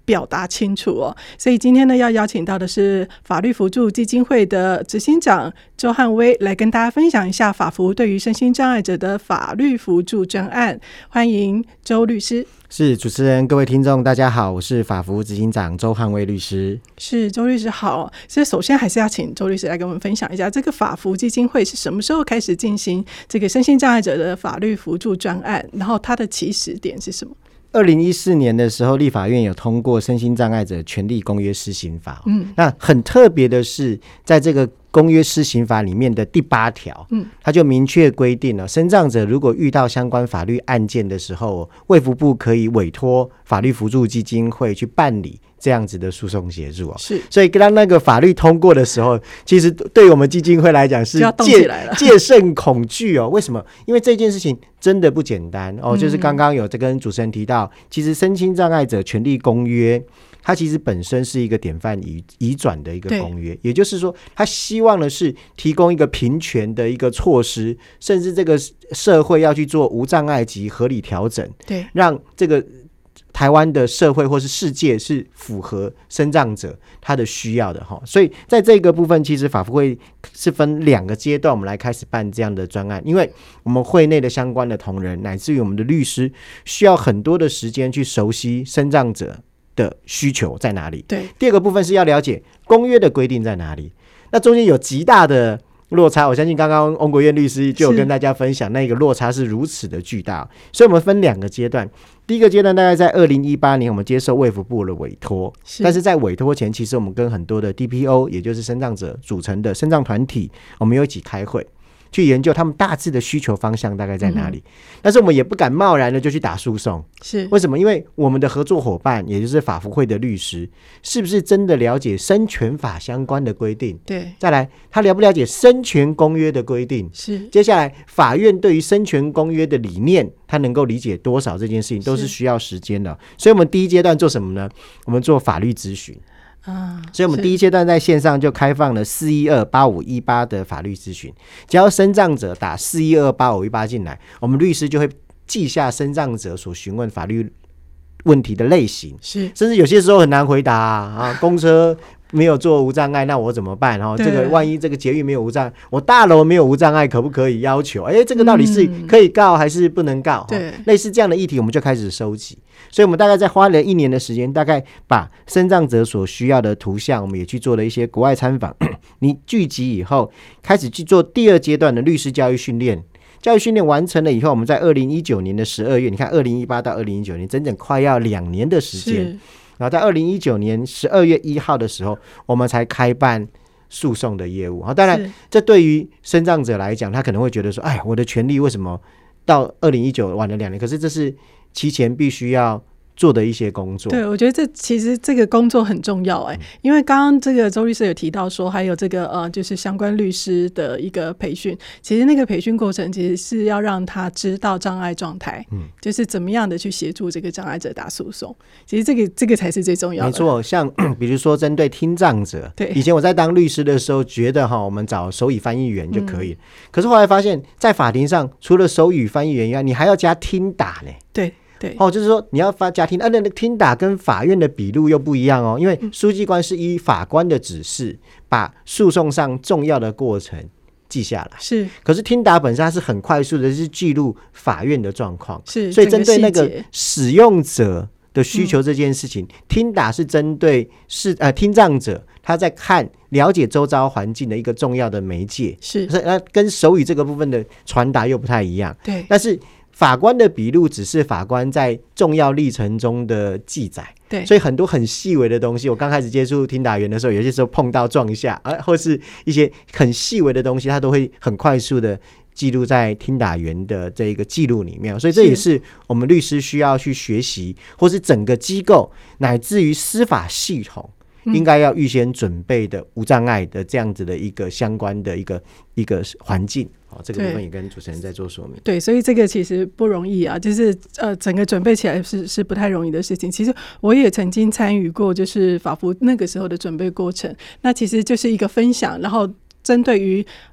表达清楚哦。所以今天呢，要邀请到的是法律扶助基金会的执行长周汉威来跟大家分享一下法扶对于身心障碍者的法律扶助专案。欢迎周律师。 是，主持人，各位听众大家好，我是法扶执行长周汉威律师。 是，周律师好。所以首先还是要请周律师来跟我们分享一下，这个法扶基金会是什么时候开始进行这个身心障碍者的法律扶助专案，然后它的起始点是什么？ 二零一四年的时候，立法院有通过《身心障碍者权利公约施行法》。嗯，那很特别的是，在这个公约施行法里面的第八条，嗯，它就明确规定了，身障者如果遇到相关法律案件的时候，卫福部可以委托法律扶助基金会去办理这样子的诉讼协助哦。是，所以当那个法律通过的时候，其实对我们基金会来讲是戒戒慎恐惧哦。为什么？因为这件事情真的不简单哦。就是刚刚有这跟主持人提到，其实身心障碍者权利公约，它其实本身是一个典范移移转的一个公约，也就是说，它希望的是提供一个平权的一个措施，甚至这个社会要去做无障碍及合理调整，对，让这个台湾的社会或是世界是符合身障者他的需要的哈。所以在这个部分，其实法扶会是分两个阶段，我们来开始办这样的专案，因为我们会内的相关的同仁，乃至于我们的律师，需要很多的时间去熟悉身障者的需求在哪里。对，第二个部分是要了解公约的规定在哪里，那中间有极大的落差，我相信刚刚翁国燕律师就有跟大家分享，那个落差是如此的巨大，所以我们分两个阶段。第一个阶段大概在二零一八年，我们接受卫福部的委托，是但是在委托前，其实我们跟很多的 D P O， 也就是身障者组成的身障团体，我们有一起开会，去研究他们大致的需求方向大概在哪里，嗯、但是我们也不敢贸然的就去打诉讼，是为什么？因为我们的合作伙伴，也就是法扶会的律师，是不是真的了解身权法相关的规定？对，再来，他了不了解身权公约的规定？是，接下来法院对于身权公约的理念，他能够理解多少？这件事情都是需要时间的。所以我们第一阶段做什么呢？我们做法律咨询。啊、所以我们第一阶段在线上就开放了四一二八五一八的法律咨询，只要身障者打四一二八五一八进来，我们律师就会记下身障者所询问法律问题的类型，是甚至有些时候很难回答 啊, 啊公车没有做无障碍，那我怎么办？然后这个万一这个捷运没有无障碍，我大楼没有无障碍，可不可以要求？哎，这个到底是可以告还是不能告？对、嗯，类似这样的议题，我们就开始收集。所以我们大概在花了一年的时间，大概把身障者所需要的图像，我们也去做了一些国外参访。你聚集以后，开始去做第二阶段的律师教育训练。教育训练完成了以后，我们在二零一九年的十二月，你看二零一八到二零一九年，整整快要两年的时间。然后在二零一九年十二月一号的时候，我们才开办诉讼的业务。当然，这对于身障者来讲，他可能会觉得说：“哎，我的权利为什么到二零一九晚了两年？”可是这是其前必须要做的一些工作。对，我觉得这其实这个工作很重要哎、欸，因为刚刚这个周律师有提到说，还有这个呃，就是相关律师的一个培训。其实那个培训过程其实是要让他知道障碍状态，嗯，就是怎么样的去协助这个障碍者打诉讼。其实这个这个才是最重要的。没错，像比如说针对听障者，对，以前我在当律师的时候，觉得哈，我们找手语翻译员就可以、嗯、可是后来发现，在法庭上，除了手语翻译员以外，你还要加听打呢。对。哦，就是说你要发加听，啊，那听打跟法院的笔录又不一样哦，因为书记官是依法官的指示，把诉讼上重要的过程记下来。是，可是听打本身它是很快速的，是记录法院的状况。是，所以针对那个使用者的需求这件事情，嗯、听打是针对是呃听障者他在看了解周遭环境的一个重要的媒介。是，那跟手语这个部分的传达又不太一样。对，但是法官的笔录只是法官在重要历程中的记载，对，所以很多很细微的东西，我刚开始接触听打员的时候，有些时候碰到撞一下，啊，或是一些很细微的东西，它都会很快速的记录在听打员的这个记录里面，所以这也是我们律师需要去学习，或是整个机构乃至于司法系统应该要预先准备的无障碍的这样子的一个相关的一个一个环境。哦、这个部分也跟主持人在做说明。对，所以这个其实不容易啊，就是呃，整个准备起来是是不太容易的事情。其实我也曾经参与过，就是法扶那个时候的准备过程。那其实就是一个分享，然后针对于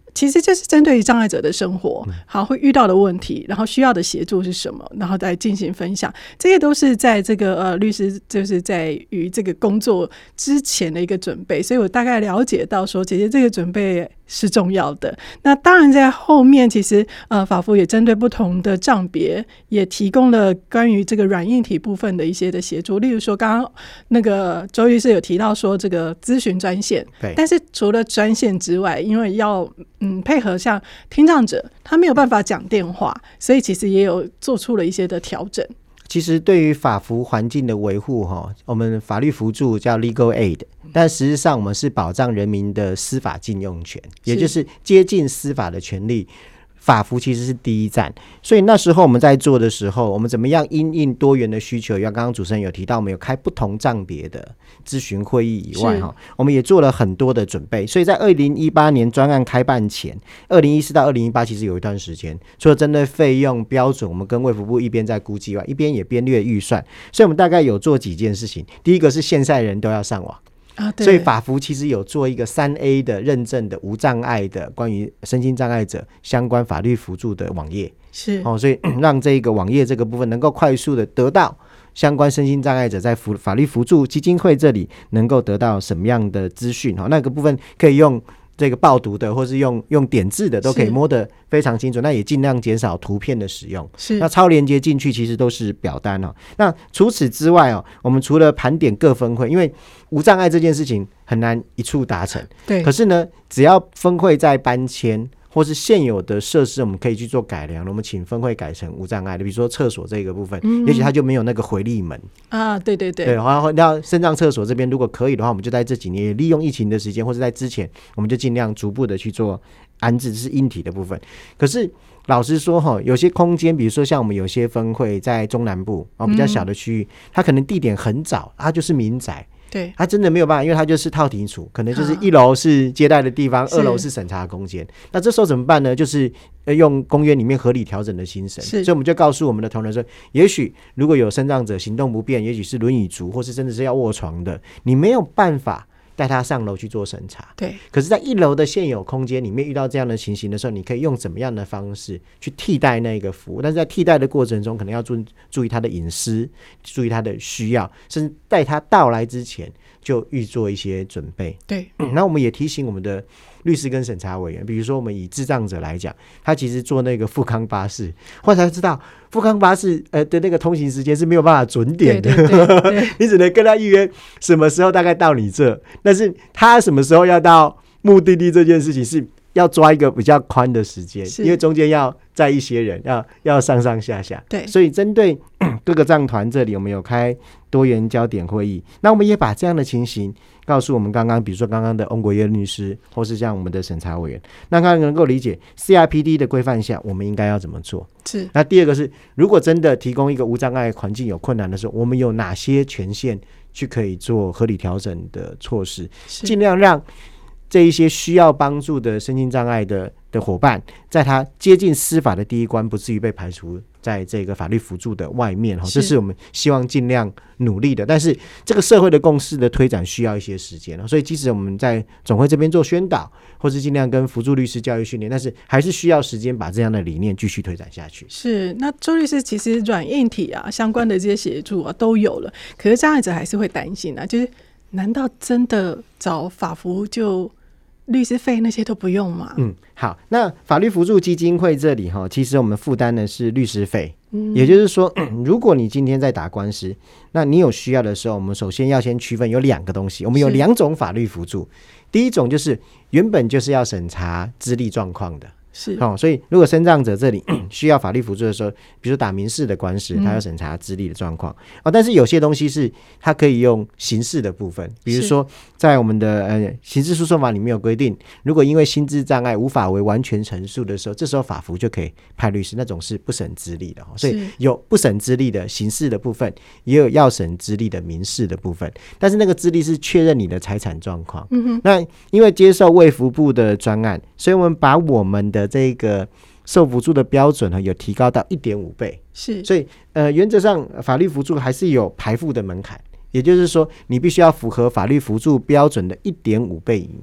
其实就是针对于障碍者的生活，好会遇到的问题，然后需要的协助是什么，然后再进行分享。这些都是在这个呃律师就是在于这个工作之前的一个准备，所以我大概了解到说，姐姐这个准备是重要的。那当然在后面，其实呃法服也针对不同的障别，也提供了关于这个软硬体部分的一些的协助。例如说，刚刚那个周律师有提到说这个咨询专线， 对， 但是除了专线之外，因为要嗯配合像听障者，他没有办法讲电话，所以其实也有做出了一些的调整。 其实对于法服环境的维护，我们法律辅助叫 legal aid， 但实际上我们是保障人民的司法禁用权，也就是接近司法的权利。法服其实是第一站，所以那时候我们在做的时候，我们怎么样因应多元的需求，像刚刚主持人有提到，我们有开不同障别的咨询会议以外，我们也做了很多的准备。所以在二零一八年专案开办前，二零一四到二零一八其实有一段时间，除了针对费用标准，我们跟卫福部一边在估计外，一边也编列预算，所以我们大概有做几件事情。第一个是现在人都要上网， 啊、 所以法服其实有做一个三 A 的认证的无障碍的关于身心障碍者相关法律辅助的网页， 是、 哦、所以让这个网页这个部分能够快速的得到相关身心障碍者在法律辅助基金会这里能够得到什么样的资讯、哦、那个部分可以用这个报读的或是用用点字的都可以摸得非常清楚，那也尽量减少图片的使用。 是， 那超连接进去其实都是表单哦。那除此之外哦，我们除了盘点各分会，因为无障碍这件事情很难一触达成， 对。 可是呢，只要分会在搬迁或是现有的设施，我们可以去做改良，我们请分会改成无障碍的，比如说厕所这个部分，嗯、也许它就没有那个回力门啊，对对对， 对，然后要身障厕所这边如果可以的话，我们就在这几年也利用疫情的时间，或者在之前，我们就尽量逐步的去做安置，这是硬体的部分。可是老实说哈，有些空间，比如说像我们有些分会在中南部哦比较小的区域，嗯、它可能地点很早，它就是民宅。 对， 他真的没有办法，因为他就是套庭处，可能就是一楼是接待的地方，二楼是审查空间。那这时候怎么办呢？就是用公约里面合理调整的精神，所以我们就告诉我们的同仁说，也许如果有身障者行动不便，也许是轮椅族，或是真的是要卧床的，你没有办法带他上楼去做审查， 对。 可是在一楼的现有空间里面遇到这样的情形的时候，你可以用怎么样的方式去替代那个服务，但是在替代的过程中可能要注注意他的隐私，注意他的需要，甚至在他到来之前就预做一些准备。 对， 那、嗯、我们也提醒我们的律师跟审查委员，比如说我们以智障者来讲，他其实坐那个富康巴士，后来才知道富康巴士呃的那个通行时间是没有办法准点的， 对对对对你只能跟他预约什么时候大概到你这，但是他什么时候要到目的地这件事情是要抓一个比较宽的时间，因为中间要载一些人，要要上上下下。 对， 所以针对各个障团这里，我们有开多元焦点会议，那我们也把这样的情形告诉我们刚刚，比如说刚刚的翁国燕律师，或是像我们的审查委员，让他能够理解 C R P D 的规范下，我们应该要怎么做。 是。 那第二个是，如果真的提供一个无障碍环境有困难的时候，我们有哪些权限去可以做合理调整的措施，尽量让这一些需要帮助的身心障碍的的伙伴，在他接近司法的第一关，不至于被排除在这个法律辅助的外面，这是我们希望尽量努力的。但是这个社会的共识的推展需要一些时间，所以即使我们在总会这边做宣导，或是尽量跟辅助律师教育训练，但是还是需要时间把这样的理念继续推展下去。 是，那周律师其实软硬体啊相关的这些协助啊都有了，可是障碍者还是会担心啊，就是难道真的找法服就律师费那些都不用吗？ 嗯，好，那法律辅助基金会这里其实我们负担的是律师费、 嗯、 也就是说如果你今天在打官司，那你有需要的时候，我们首先要先区分有两个东西，我们有两种法律辅助，第一种就是原本就是要审查资历状况的， 是、 哦、所以如果身障者这里需要法律辅助的时候，比如说打民事的官司，他要审查资历的状况、嗯哦、但是有些东西是他可以用刑事的部分，比如说在我们的呃刑事诉讼法里面有规定，如果因为心智障碍无法为完全陈述的时候，这时候法服就可以派律师，那种是不审资历的、哦、所以有不审资历的刑事的部分，也有要审资历的民事的部分，但是那个资历是确认你的财产状况、嗯、哼那因为接受卫福部的专案，所以我们把我们的这个受辅助的标准有提高到 一点五倍， 是， 所以呃原则上法律辅助还是有排付的门槛，也就是说你必须要符合法律辅助标准的 一点五倍以内，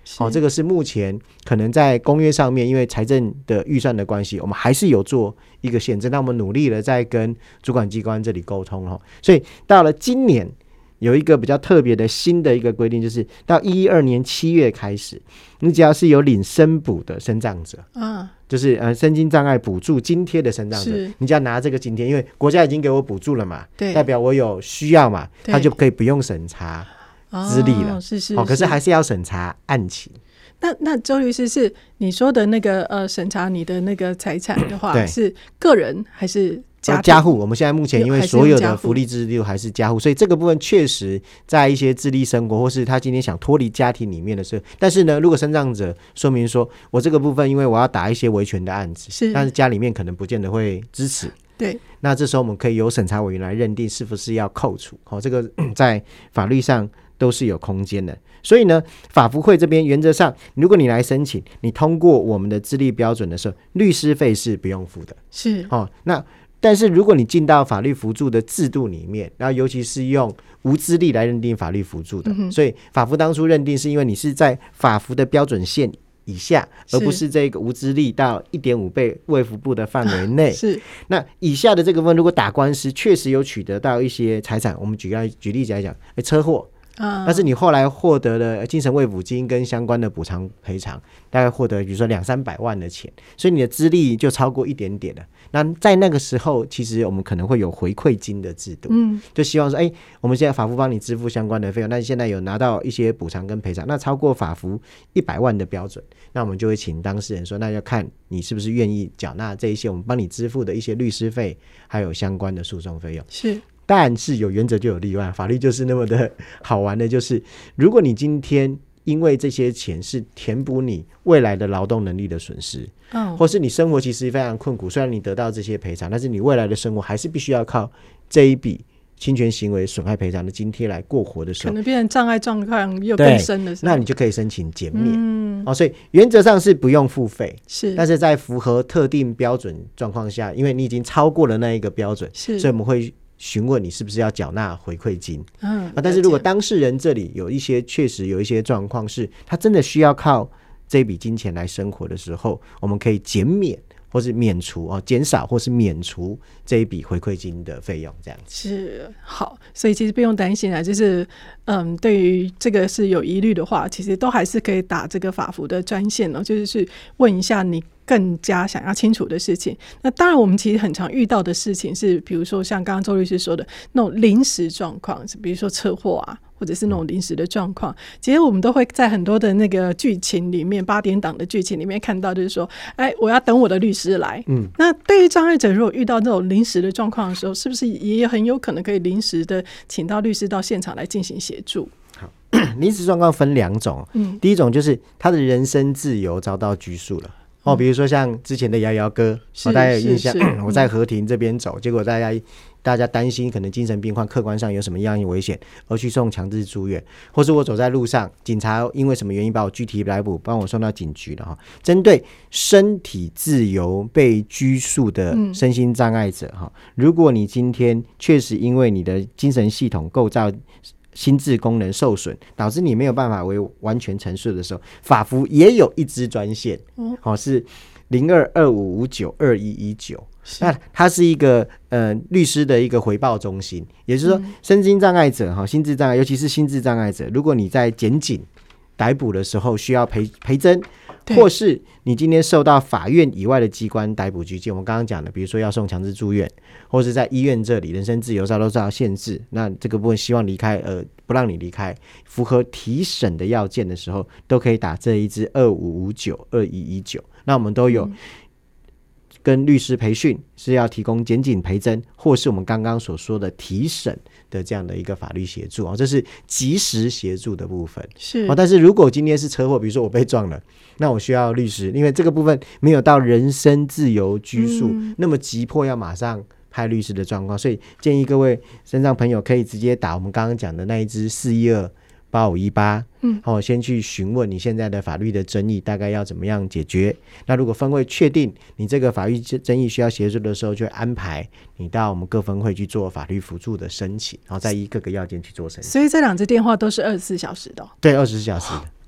哦，这个是目前可能在公约上面，因为财政的预算的关系，我们还是有做一个限制。那我们努力了在跟主管机关这里沟通哦，所以到了今年有一个比较特别的新的一个规定，就是到一二年七月开始，你只要是有领身补的身障者啊，就是呃身心障碍补助津贴的身障者，你只要拿这个津贴，因为国家已经给我补助了嘛，对，代表我有需要嘛，他就可以不用审查资历了，哦，是是是，哦，可是还是要审查案情。 那那周律师，是你说的那个呃审查你的那个财产的话，是个人还是家庭？ 家户？我们现在目前因为所有的福利制度还是家户，所以这个部分确实在一些自立生活，或是他今天想脱离家庭里面的时候，但是呢，如果身障者说明说我这个部分因为我要打一些维权的案子，是，但是家里面可能不见得会支持，对，那这时候我们可以由审查委员来认定是不是要扣除，哦，这个在法律上都是有空间的。所以呢，法福会这边原则上，如果你来申请，你通过我们的资历标准的时候，律师费是不用付的，是，哦，那但是如果你进到法律扶助的制度里面，然后尤其是用无资历来认定法律扶助的，嗯，所以法福当初认定是因为你是在法福的标准线以下，而不是这个无资历到 一点五 倍卫福部的范围内，是，那以下的这个部分如果打官司确实有取得到一些财产，我们举例举例子来讲，车祸，但是你后来获得了精神慰抚金跟相关的补偿赔偿，大概获得比如说两三百万的钱，所以你的资历就超过一点点了。那在那个时候，其实我们可能会有回馈金的制度，嗯，就希望说，哎，我们现在法福帮你支付相关的费用，那现在有拿到一些补偿跟赔偿，那超过法福一百万的标准，那我们就会请当事人说，那要看你是不是愿意缴纳这一些我们帮你支付的一些律师费，还有相关的诉讼费用，是。但是有原则就有例外，法律就是那么的好玩的，就是如果你今天因为这些钱是填补你未来的劳动能力的损失，哦，或是你生活其实非常困苦，虽然你得到这些赔偿，但是你未来的生活还是必须要靠这一笔侵权行为损害赔偿的津贴来过活的时候， 可能变成障碍状况又更深的时候， 那你就可以申请减免，嗯，哦，所以原则上是不用付费，是，但是在符合特定标准状况下，因为你已经超过了那一个标准，是，所以我们会询问你是不是要缴纳回馈金，嗯，啊，但是如果当事人这里有一些确实有一些状况是他真的需要靠这笔金钱来生活的时候，我们可以减免或是免除，哦，减少或是免除这一笔回馈金的费用，这样子是好。所以其实不用担心啊，就是嗯，对于这个是有疑虑的话，其实都还是可以打这个法服的专线哦，就是去问一下你更加想要清楚的事情。那当然我们其实很常遇到的事情是，比如说像刚刚周律师说的那种临时状况，比如说车祸啊，或者是那种临时的状况，其实我们都会在很多的那个剧情里面，八点档的剧情里面看到，就是说，哎，我要等我的律师来。嗯，那对于障碍者，如果遇到这种临时的状况的时候，是不是也很有可能可以临时的请到律师到现场来进行协助？ 好，临时状况分两种，嗯，第一种就是他的人身自由遭到拘束了。哦，比如说像之前的摇摇哥，我大家有印象，我在河亭这边走，结果大家大家担心可能精神病患客观上有什么样的危险，而去送强制住院，或是我走在路上，警察因为什么原因把我拘提逮捕，帮我送到警局了哈。针对身体自由被拘束的身心障碍者哈，如果你今天确实因为你的精神系统构造心智功能受损，导致你没有办法为完全陈述的时候，法服也有一支专线，哦，是零二二五五九二一一九。那它是一个呃律师的一个回报中心，也就是说，身心障碍者哈，心智障碍，尤其是心智障碍者，如果你在检警逮捕的时候需要陪陪侦，或是你今天受到法院以外的机关逮捕拘禁，我们刚刚讲的，比如说要送强制住院，或是在医院这里人身自由遭到限制，那这个部分希望离开呃不让你离开，符合提审的要件的时候，都可以打这一支二五五九二一一九。那我们都有跟律师培训，是要提供检警陪侦，或是我们刚刚所说的提审的这样的一个法律协助，哦，这是及时协助的部分。是，哦，但是如果今天是车祸，比如说我被撞了，那我需要律师，因为这个部分没有到人身自由拘束，嗯，那么急迫要马上派律师的状况，所以建议各位身障朋友可以直接打我们刚刚讲的那一支四一二八五一八，嗯，哦，先去询问你现在的法律的争议大概要怎么样解决。那如果分会确定你这个法律争议需要协助的时候，就会安排你到我们各分会去做法律辅助的申请，然后再依各个要件去做申请。 所以这两支电话都是二十四小时的，哦， 对，二十四小时的。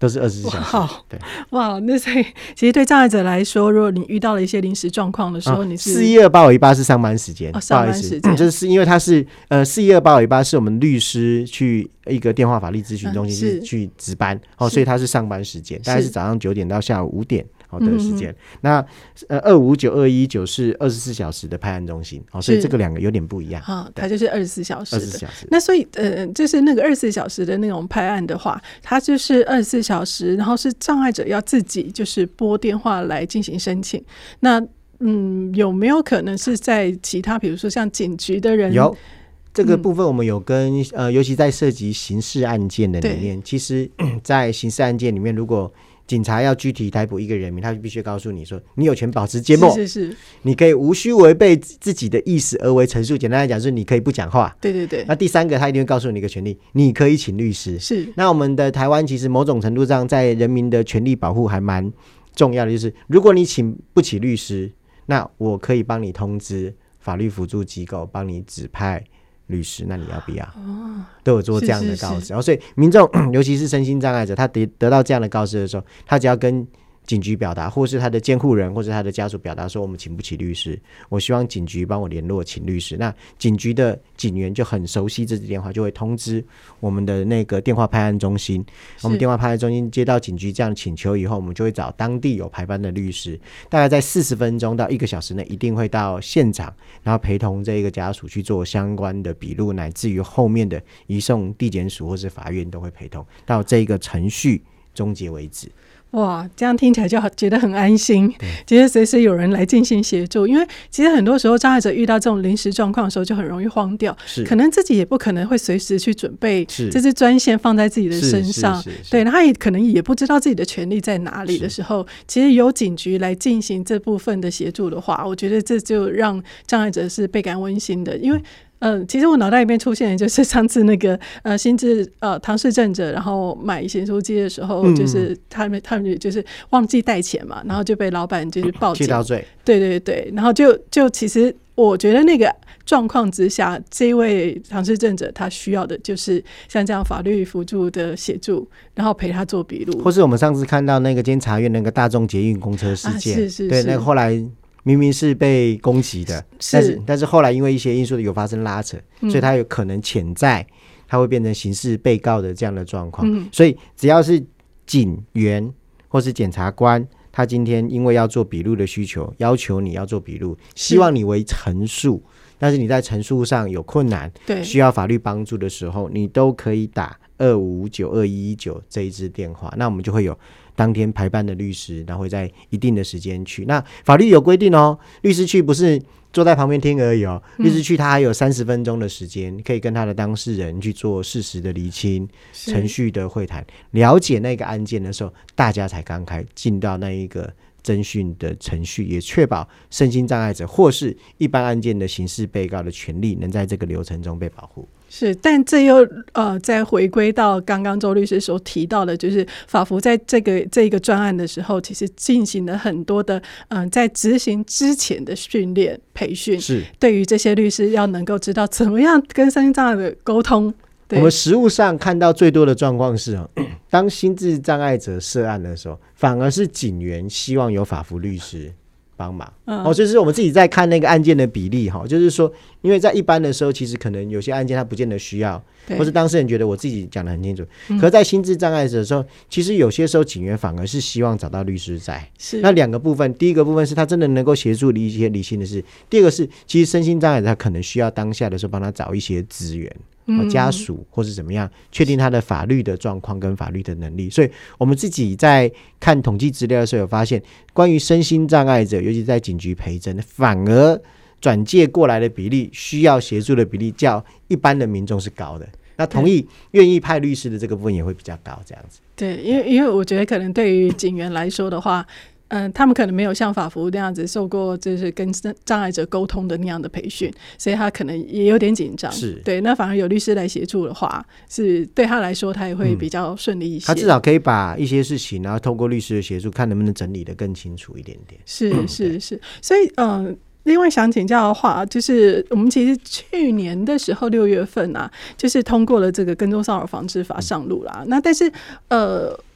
都是二十四小时。 好， 对， 哇，那所以其实对障碍者来说，如果你遇到了一些临时状况的时候， 啊、 你是四一二八五一八是上班时间， 哦，上班时间， 就是因为它是呃四一二八五一八是我们律师去一个电话法律咨询中心、嗯、去值班哦，所以它是上班时间，大概是早上九点到下午五点。好的时间，嗯、那呃二五九二一九是二十四小时的派案中心，哦，所以这个两个有点不一样。 啊，它就是二十四小时的。 二十四小时。 那所以呃，就是那个二十四小时的那种派案的话，它就是二十四小时，然后是障碍者要自己就是拨电话来进行申请。那嗯，有没有可能是在其他，比如说像警局的人？ 有。这个部分我们有跟、嗯、呃，尤其在涉及刑事案件的里面，其实在刑事案件里面，如果警察要具体逮捕一个人民，他就必须告诉你说，你有权保持缄默， 是是是， 你可以无需违背自己的意思而为陈述。简单来讲，是你可以不讲话。 对对对。 那第三个，他一定会告诉你一个权利，你可以请律师。 是。 那我们的台湾其实某种程度上，在人民的权利保护还蛮重要的，就是如果你请不起律师，那我可以帮你通知法律辅助机构，帮你指派律师，那你要不要？哦，都有做这样的告知。然后所以民众尤其是身心障碍者，他得得到这样的告知的时候，他只要跟警局表达，或是他的监护人或是他的家属表达说，我们请不起律师，我希望警局帮我联络请律师。那警局的警员就很熟悉这支电话，就会通知我们的那个电话派案中心。我们电话派案中心接到警局这样请求以后，我们就会找当地有排班的律师，大概在四十分钟到一个小时内一定会到现场，然后陪同这个家属去做相关的笔录，乃至于后面的移送地检署或是法院都会陪同到这个程序终结为止。 哇，这样听起来就觉得很安心，觉得随时有人来进行协助。因为其实很多时候障碍者遇到这种临时状况的时候就很容易慌掉，可能自己也不可能会随时去准备这支专线放在自己的身上，对，他也可能也不知道自己的权利在哪里的时候，其实有警局来进行这部分的协助的话，我觉得这就让障碍者是倍感温馨的。因为嗯，其实我脑袋里面出现的就是上次那个呃，心智呃唐氏症者，然后买咸酥鸡的时候，嗯、就是他们他们就是忘记带钱嘛，然后就被老板就是报警， 窃盗罪， 对对对，然后就就其实我觉得那个状况之下，这位唐氏症者他需要的就是像这样法律辅助的协助，然后陪他做笔录， 或是我们上次看到那个监察院那个大众捷运公车事件，啊、 是是是， 对，那个后来。明明是被攻击的，但是但是后来因为一些因素有发生拉扯，嗯、所以他有可能潜在他会变成刑事被告的这样的状况。嗯、所以只要是警员或是检察官，他今天因为要做笔录的需求，要求你要做笔录，希望你为陈述，但是你在陈述上有困难，对，需要法律帮助的时候，你都可以打二五九二一一九这一支电话，那我们就会有当天排班的律师，然后会在一定的时间去。那法律有规定哦，律师去不是坐在旁边听而已哦，律师去他还有三十分钟的时间，可以跟他的当事人去做事实的厘清、程序的会谈，了解那个案件的时候，大家才刚开进到那一个侦讯的程序，也确保身心障碍者或是一般案件的刑事被告的权利能在这个流程中被保护。 是，但这又呃再回归到刚刚周律师所提到的，就是法服在这个这个专案的时候，其实进行了很多的嗯、呃，在执行之前的训练培训， 是对于这些律师要能够知道怎么样跟身心障碍的沟通。 我们实务上看到最多的状况是、哦、当心智障碍者涉案的时候，反而是警员希望有法服律师帮忙、嗯哦、就是我们自己在看那个案件的比例、哦、就是说因为在一般的时候其实可能有些案件他不见得需要，或是当事人觉得我自己讲得很清楚、嗯、可是在心智障碍者的时候，其实有些时候警员反而是希望找到律师在。 是那两个部分，第一个部分是他真的能够协助一些理性的事，第二个是其实身心障碍者他可能需要当下的时候帮他找一些资源，家属或是怎么样确定他的法律的状况跟法律的能力。所以我们自己在看统计资料的时候有发现，关于身心障碍者尤其在警局陪诊，反而转介过来的比例，需要协助的比例较一般的民众是高的，那同意愿意派律师的这个部分也会比较高这样子。 对，因为因为我觉得可能对于警员来说的话，嗯、呃，他们可能没有像法服那样子受过就是跟障碍者沟通的那样的培训，所以他可能也有点紧张。 是， 对，那反而有律师来协助的话，是对他来说他也会比较顺利一些、嗯。 他至少可以把一些事情，然后透过律师的协助，看能不能整理得更清楚一点点。 是是是，所以嗯。呃另外想请教的话，就是我们其实去年的时候六月份啊，就是通过了这个跟踪骚扰防治法上路啦。嗯、那但是呃，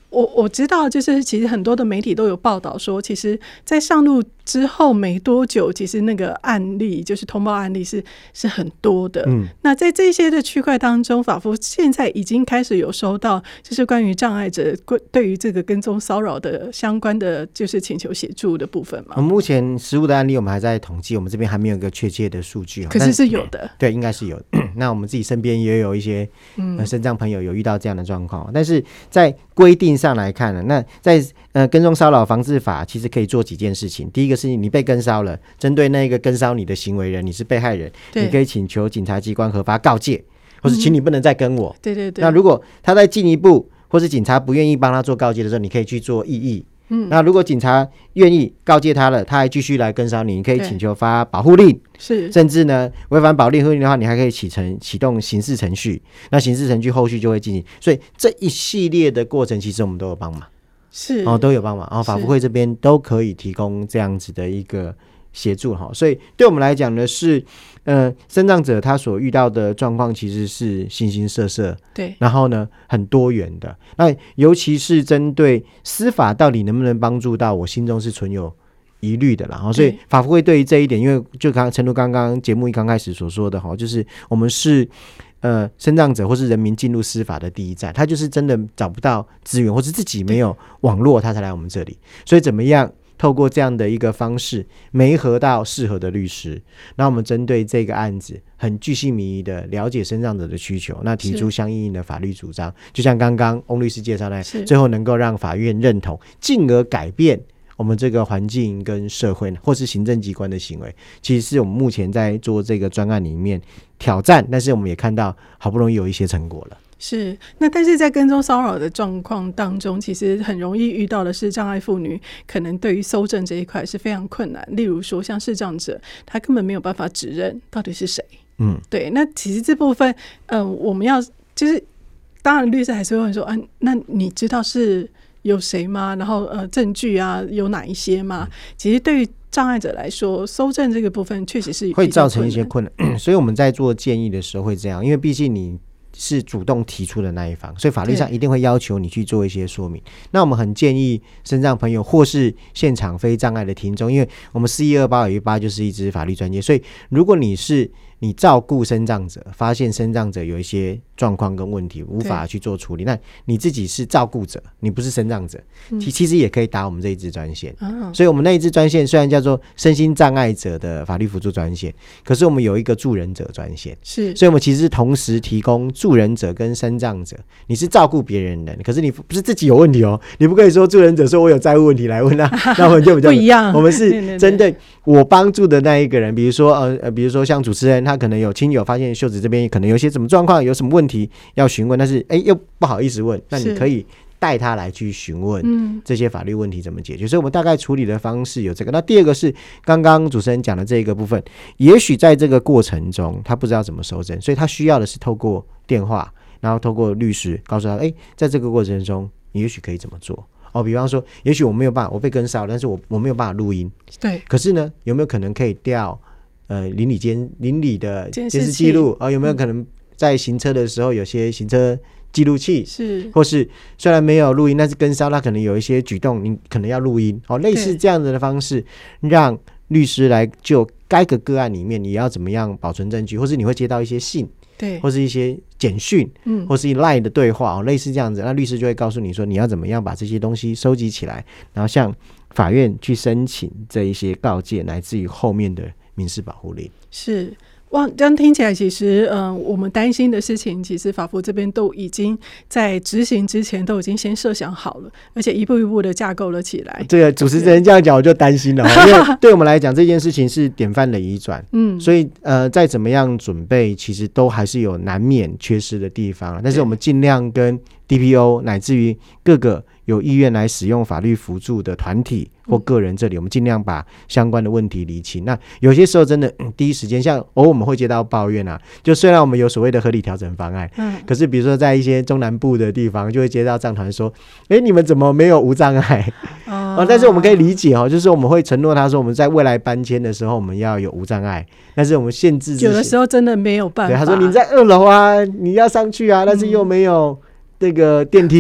我我知道，就是其实很多的媒体都有报道说，其实，在上路之后没多久，其实那个案例就是通报案例是是很多的。嗯，那在这些的区块当中，法服现在已经开始有收到，就是关于障碍者对于这个跟踪骚扰的相关的就是请求协助的部分嘛。 目前实务的案例我们还在统计，我们这边还没有一个确切的数据， 可是是有的。 对，应该是有的。那我们自己身边也有一些呃身障朋友有遇到这样的状况，但是在规定上来看呢，那在呃跟踪骚扰防治法其实可以做几件事情。第一个是你被跟骚了，针对那个跟骚你的行为人，你是被害人，你可以请求警察机关核发告诫，或是请你不能再跟我。 嗯、对对对。 那如果他再进一步，或是警察不愿意帮他做告诫的时候，你可以去做异议。嗯，那如果警察愿意告诫他了，他还继续来跟骚你，你可以请求发保护令， 是， 甚至呢违反保护令的话，你还可以启程启动刑事程序。那刑事程序后续就会进行，所以这一系列的过程，其实我们都有帮忙， 是哦，都有帮忙。然后法服会这边都可以提供这样子的一个协助哈，所以对我们来讲呢是。呃，身障者他所遇到的状况其实是形形色色， 对， 然后呢很多元的。那尤其是针对司法到底能不能帮助到，我心中是存有疑虑的啦。所以法服会对于这一点，因为就刚诚如刚刚节目一刚开始所说的哈，就是我们是呃身障者或是人民进入司法的第一站，他就是真的找不到资源，或是自己没有网络，他才来我们这里。所以怎么样？透过这样的一个方式媒合到适合的律师，那我们针对这个案子很鉅细靡遗的了解身障者的需求，那提出相应的法律主张，就像刚刚翁律师介绍的，最后能够让法院认同，进而改变我们这个环境跟社会或是行政机关的行为，其实是我们目前在做这个专案里面挑战，但是我们也看到好不容易有一些成果了。 是，那但是在跟踪骚扰的状况当中，其实很容易遇到的是障碍妇女可能对于搜证这一块是非常困难。例如说像视障者，他根本没有办法指认到底是谁。嗯，对。那其实这部分，呃，我们要就是当然律师还是会问说，啊，那你知道是有谁吗？然后呃，证据啊有哪一些吗？其实对于障碍者来说，搜证这个部分确实是会造成一些困难，所以我们在做建议的时候会这样，因为毕竟你是主动提出的那一方，所以法律上一定会要求你去做一些说明。那我们很建议身障朋友或是现场非障碍的听众，因为我们四一二八有一八就是一支法律专业，所以如果你是你照顾身障者，发现身障者有一些状况跟问题无法去做处理，那你自己是照顾者，你不是身障者，嗯、其实也可以打我们这一支专线、哦、所以我们那一支专线虽然叫做身心障碍者的法律辅助专线，可是我们有一个助人者专线， 是， 所以我们其实同时提供助人者跟身障者，你是照顾别人的，可是你不是自己有问题哦，你不可以说助人者说我有债务问题来问，那那我们就比较不一样， 我们是针对我帮助的那一个人，比如说呃呃，比如说像主持人，他可能有亲友发现秀子这边可能有些什么状况，有什么问题要询问，但是哎又不好意思问，那你可以带他来去询问这些法律问题怎么解决、嗯、所以我们大概处理的方式有这个。那第二个是刚刚主持人讲的这个部分，也许在这个过程中他不知道怎么搜证，所以他需要的是透过电话，然后透过律师告诉他，哎，在这个过程中你也许可以怎么做哦，比方说也许我没有办法，我被跟骚，但是我我没有办法录音， 对， 可是呢有没有可能可以调呃邻里监邻里的监视记录哦，有没有可能在行车的时候有些行车记录器， 是， 或是虽然没有录音，但是跟骚他可能有一些举动，你可能要录音哦，类似这样子的方式，让律师来就该个个案里面你要怎么样保存证据，或是你会接到一些信， 对， 或是一些简讯，嗯，或是 LINE 的对话哦，类似这样子，那律师就会告诉你说你要怎么样把这些东西收集起来，然后向法院去申请这一些告诫，乃至于后面的民事保护令。 是。哇，这样听起来，其实，嗯、呃，我们担心的事情，其实法服这边都已经在执行之前都已经先设想好了，而且一步一步的架构了起来。 这个主持人这样讲，我就担心了，因为对我们来讲，这件事情是典范的移转，嗯，所以呃，再怎么样准备，其实都还是有难免缺失的地方，但是我们尽量跟 D P O 乃至于各个有意愿来使用法律辅助的团体或个人这里，我们尽量把相关的问题厘清。那有些时候真的、嗯、第一时间像偶尔我们会接到抱怨啊，就虽然我们有所谓的合理调整方案、嗯、可是比如说在一些中南部的地方就会接到障团说，哎，你们怎么没有无障碍、哦哦、但是我们可以理解、哦、就是我们会承诺他说我们在未来搬迁的时候我们要有无障碍，但是我们限制有的时候真的没有办法。 对，他说你在二楼啊，你要上去啊，但是又没有、嗯这个电梯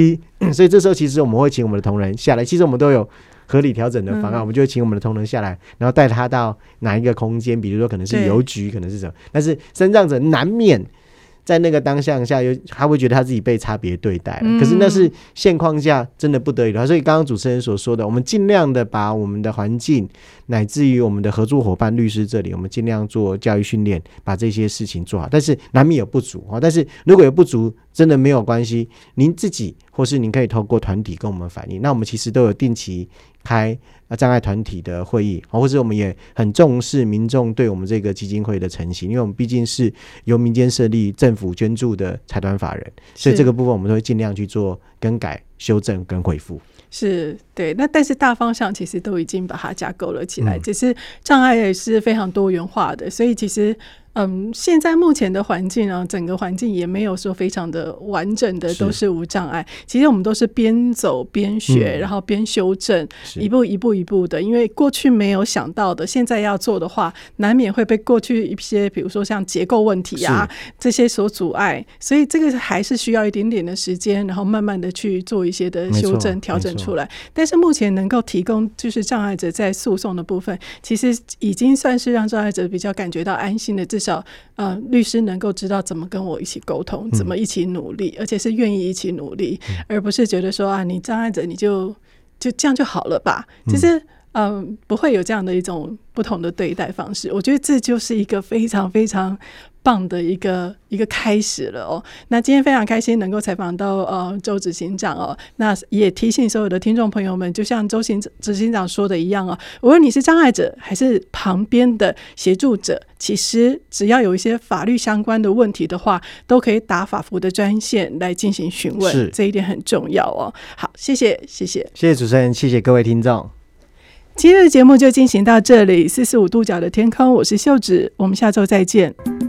所以这时候其实我们会请我们的同仁下来，其实我们都有合理调整的方案、嗯、我们就会请我们的同仁下来，然后带他到哪一个空间，比如说可能是邮局，可能是什么，但是身障者难免在那个当下下，他会觉得他自己被差别对待了、嗯、可是那是现况下真的不得已的。所以刚刚主持人所说的，我们尽量的把我们的环境乃至于我们的合作伙伴律师这里，我们尽量做教育训练，把这些事情做好，但是难免有不足。但是如果有不足真的没有关系，您自己或是您可以透过团体跟我们反映，那我们其实都有定期开障碍团体的会议，或者我们也很重视民众对我们这个基金会的成型，因为我们毕竟是由民间设立政府捐助的财团法人，所以这个部分我们都会尽量去做更改修正跟恢复。 是对，那但是大方向其实都已经把它架构了起来、嗯、只是障碍也是非常多元化的，所以其实嗯，现在目前的环境啊，整个环境也没有说非常的完整的都是无障碍。其实我们都是边走边学、嗯、然后边修正，一步一步一步的，因为过去没有想到的，现在要做的话难免会被过去一些比如说像结构问题啊这些所阻碍，所以这个还是需要一点点的时间，然后慢慢的去做一些的修正调整出来。但是目前能够提供就是障碍者在诉讼的部分，其实已经算是让障碍者比较感觉到安心的，至少呃，律师能够知道怎么跟我一起沟通，怎么一起努力、嗯、而且是愿意一起努力、嗯、而不是觉得说啊，你障碍者你就就这样就好了吧，其实嗯、呃，不会有这样的一种不同的对待方式。我觉得这就是一个非常非常棒的一个一个开始了哦。那今天非常开心能够采访到呃周执行长哦，那也提醒所有的听众朋友们，就像周执行长说的一样哦，无论你是障碍者还是旁边的协助者，其实只要有一些法律相关的问题的话，都可以打法服的专线来进行询问，这一点很重要哦。好，谢谢谢谢谢谢主持人，谢谢各位听众。 今天的节目就进行到这里，四十五度角的天空，我是秀芷，我们下周再见。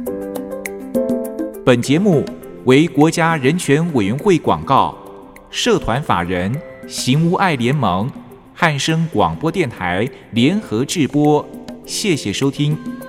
本节目为国家人权委员会广告，社团法人行无碍联盟、汉声广播电台联合制播，谢谢收听。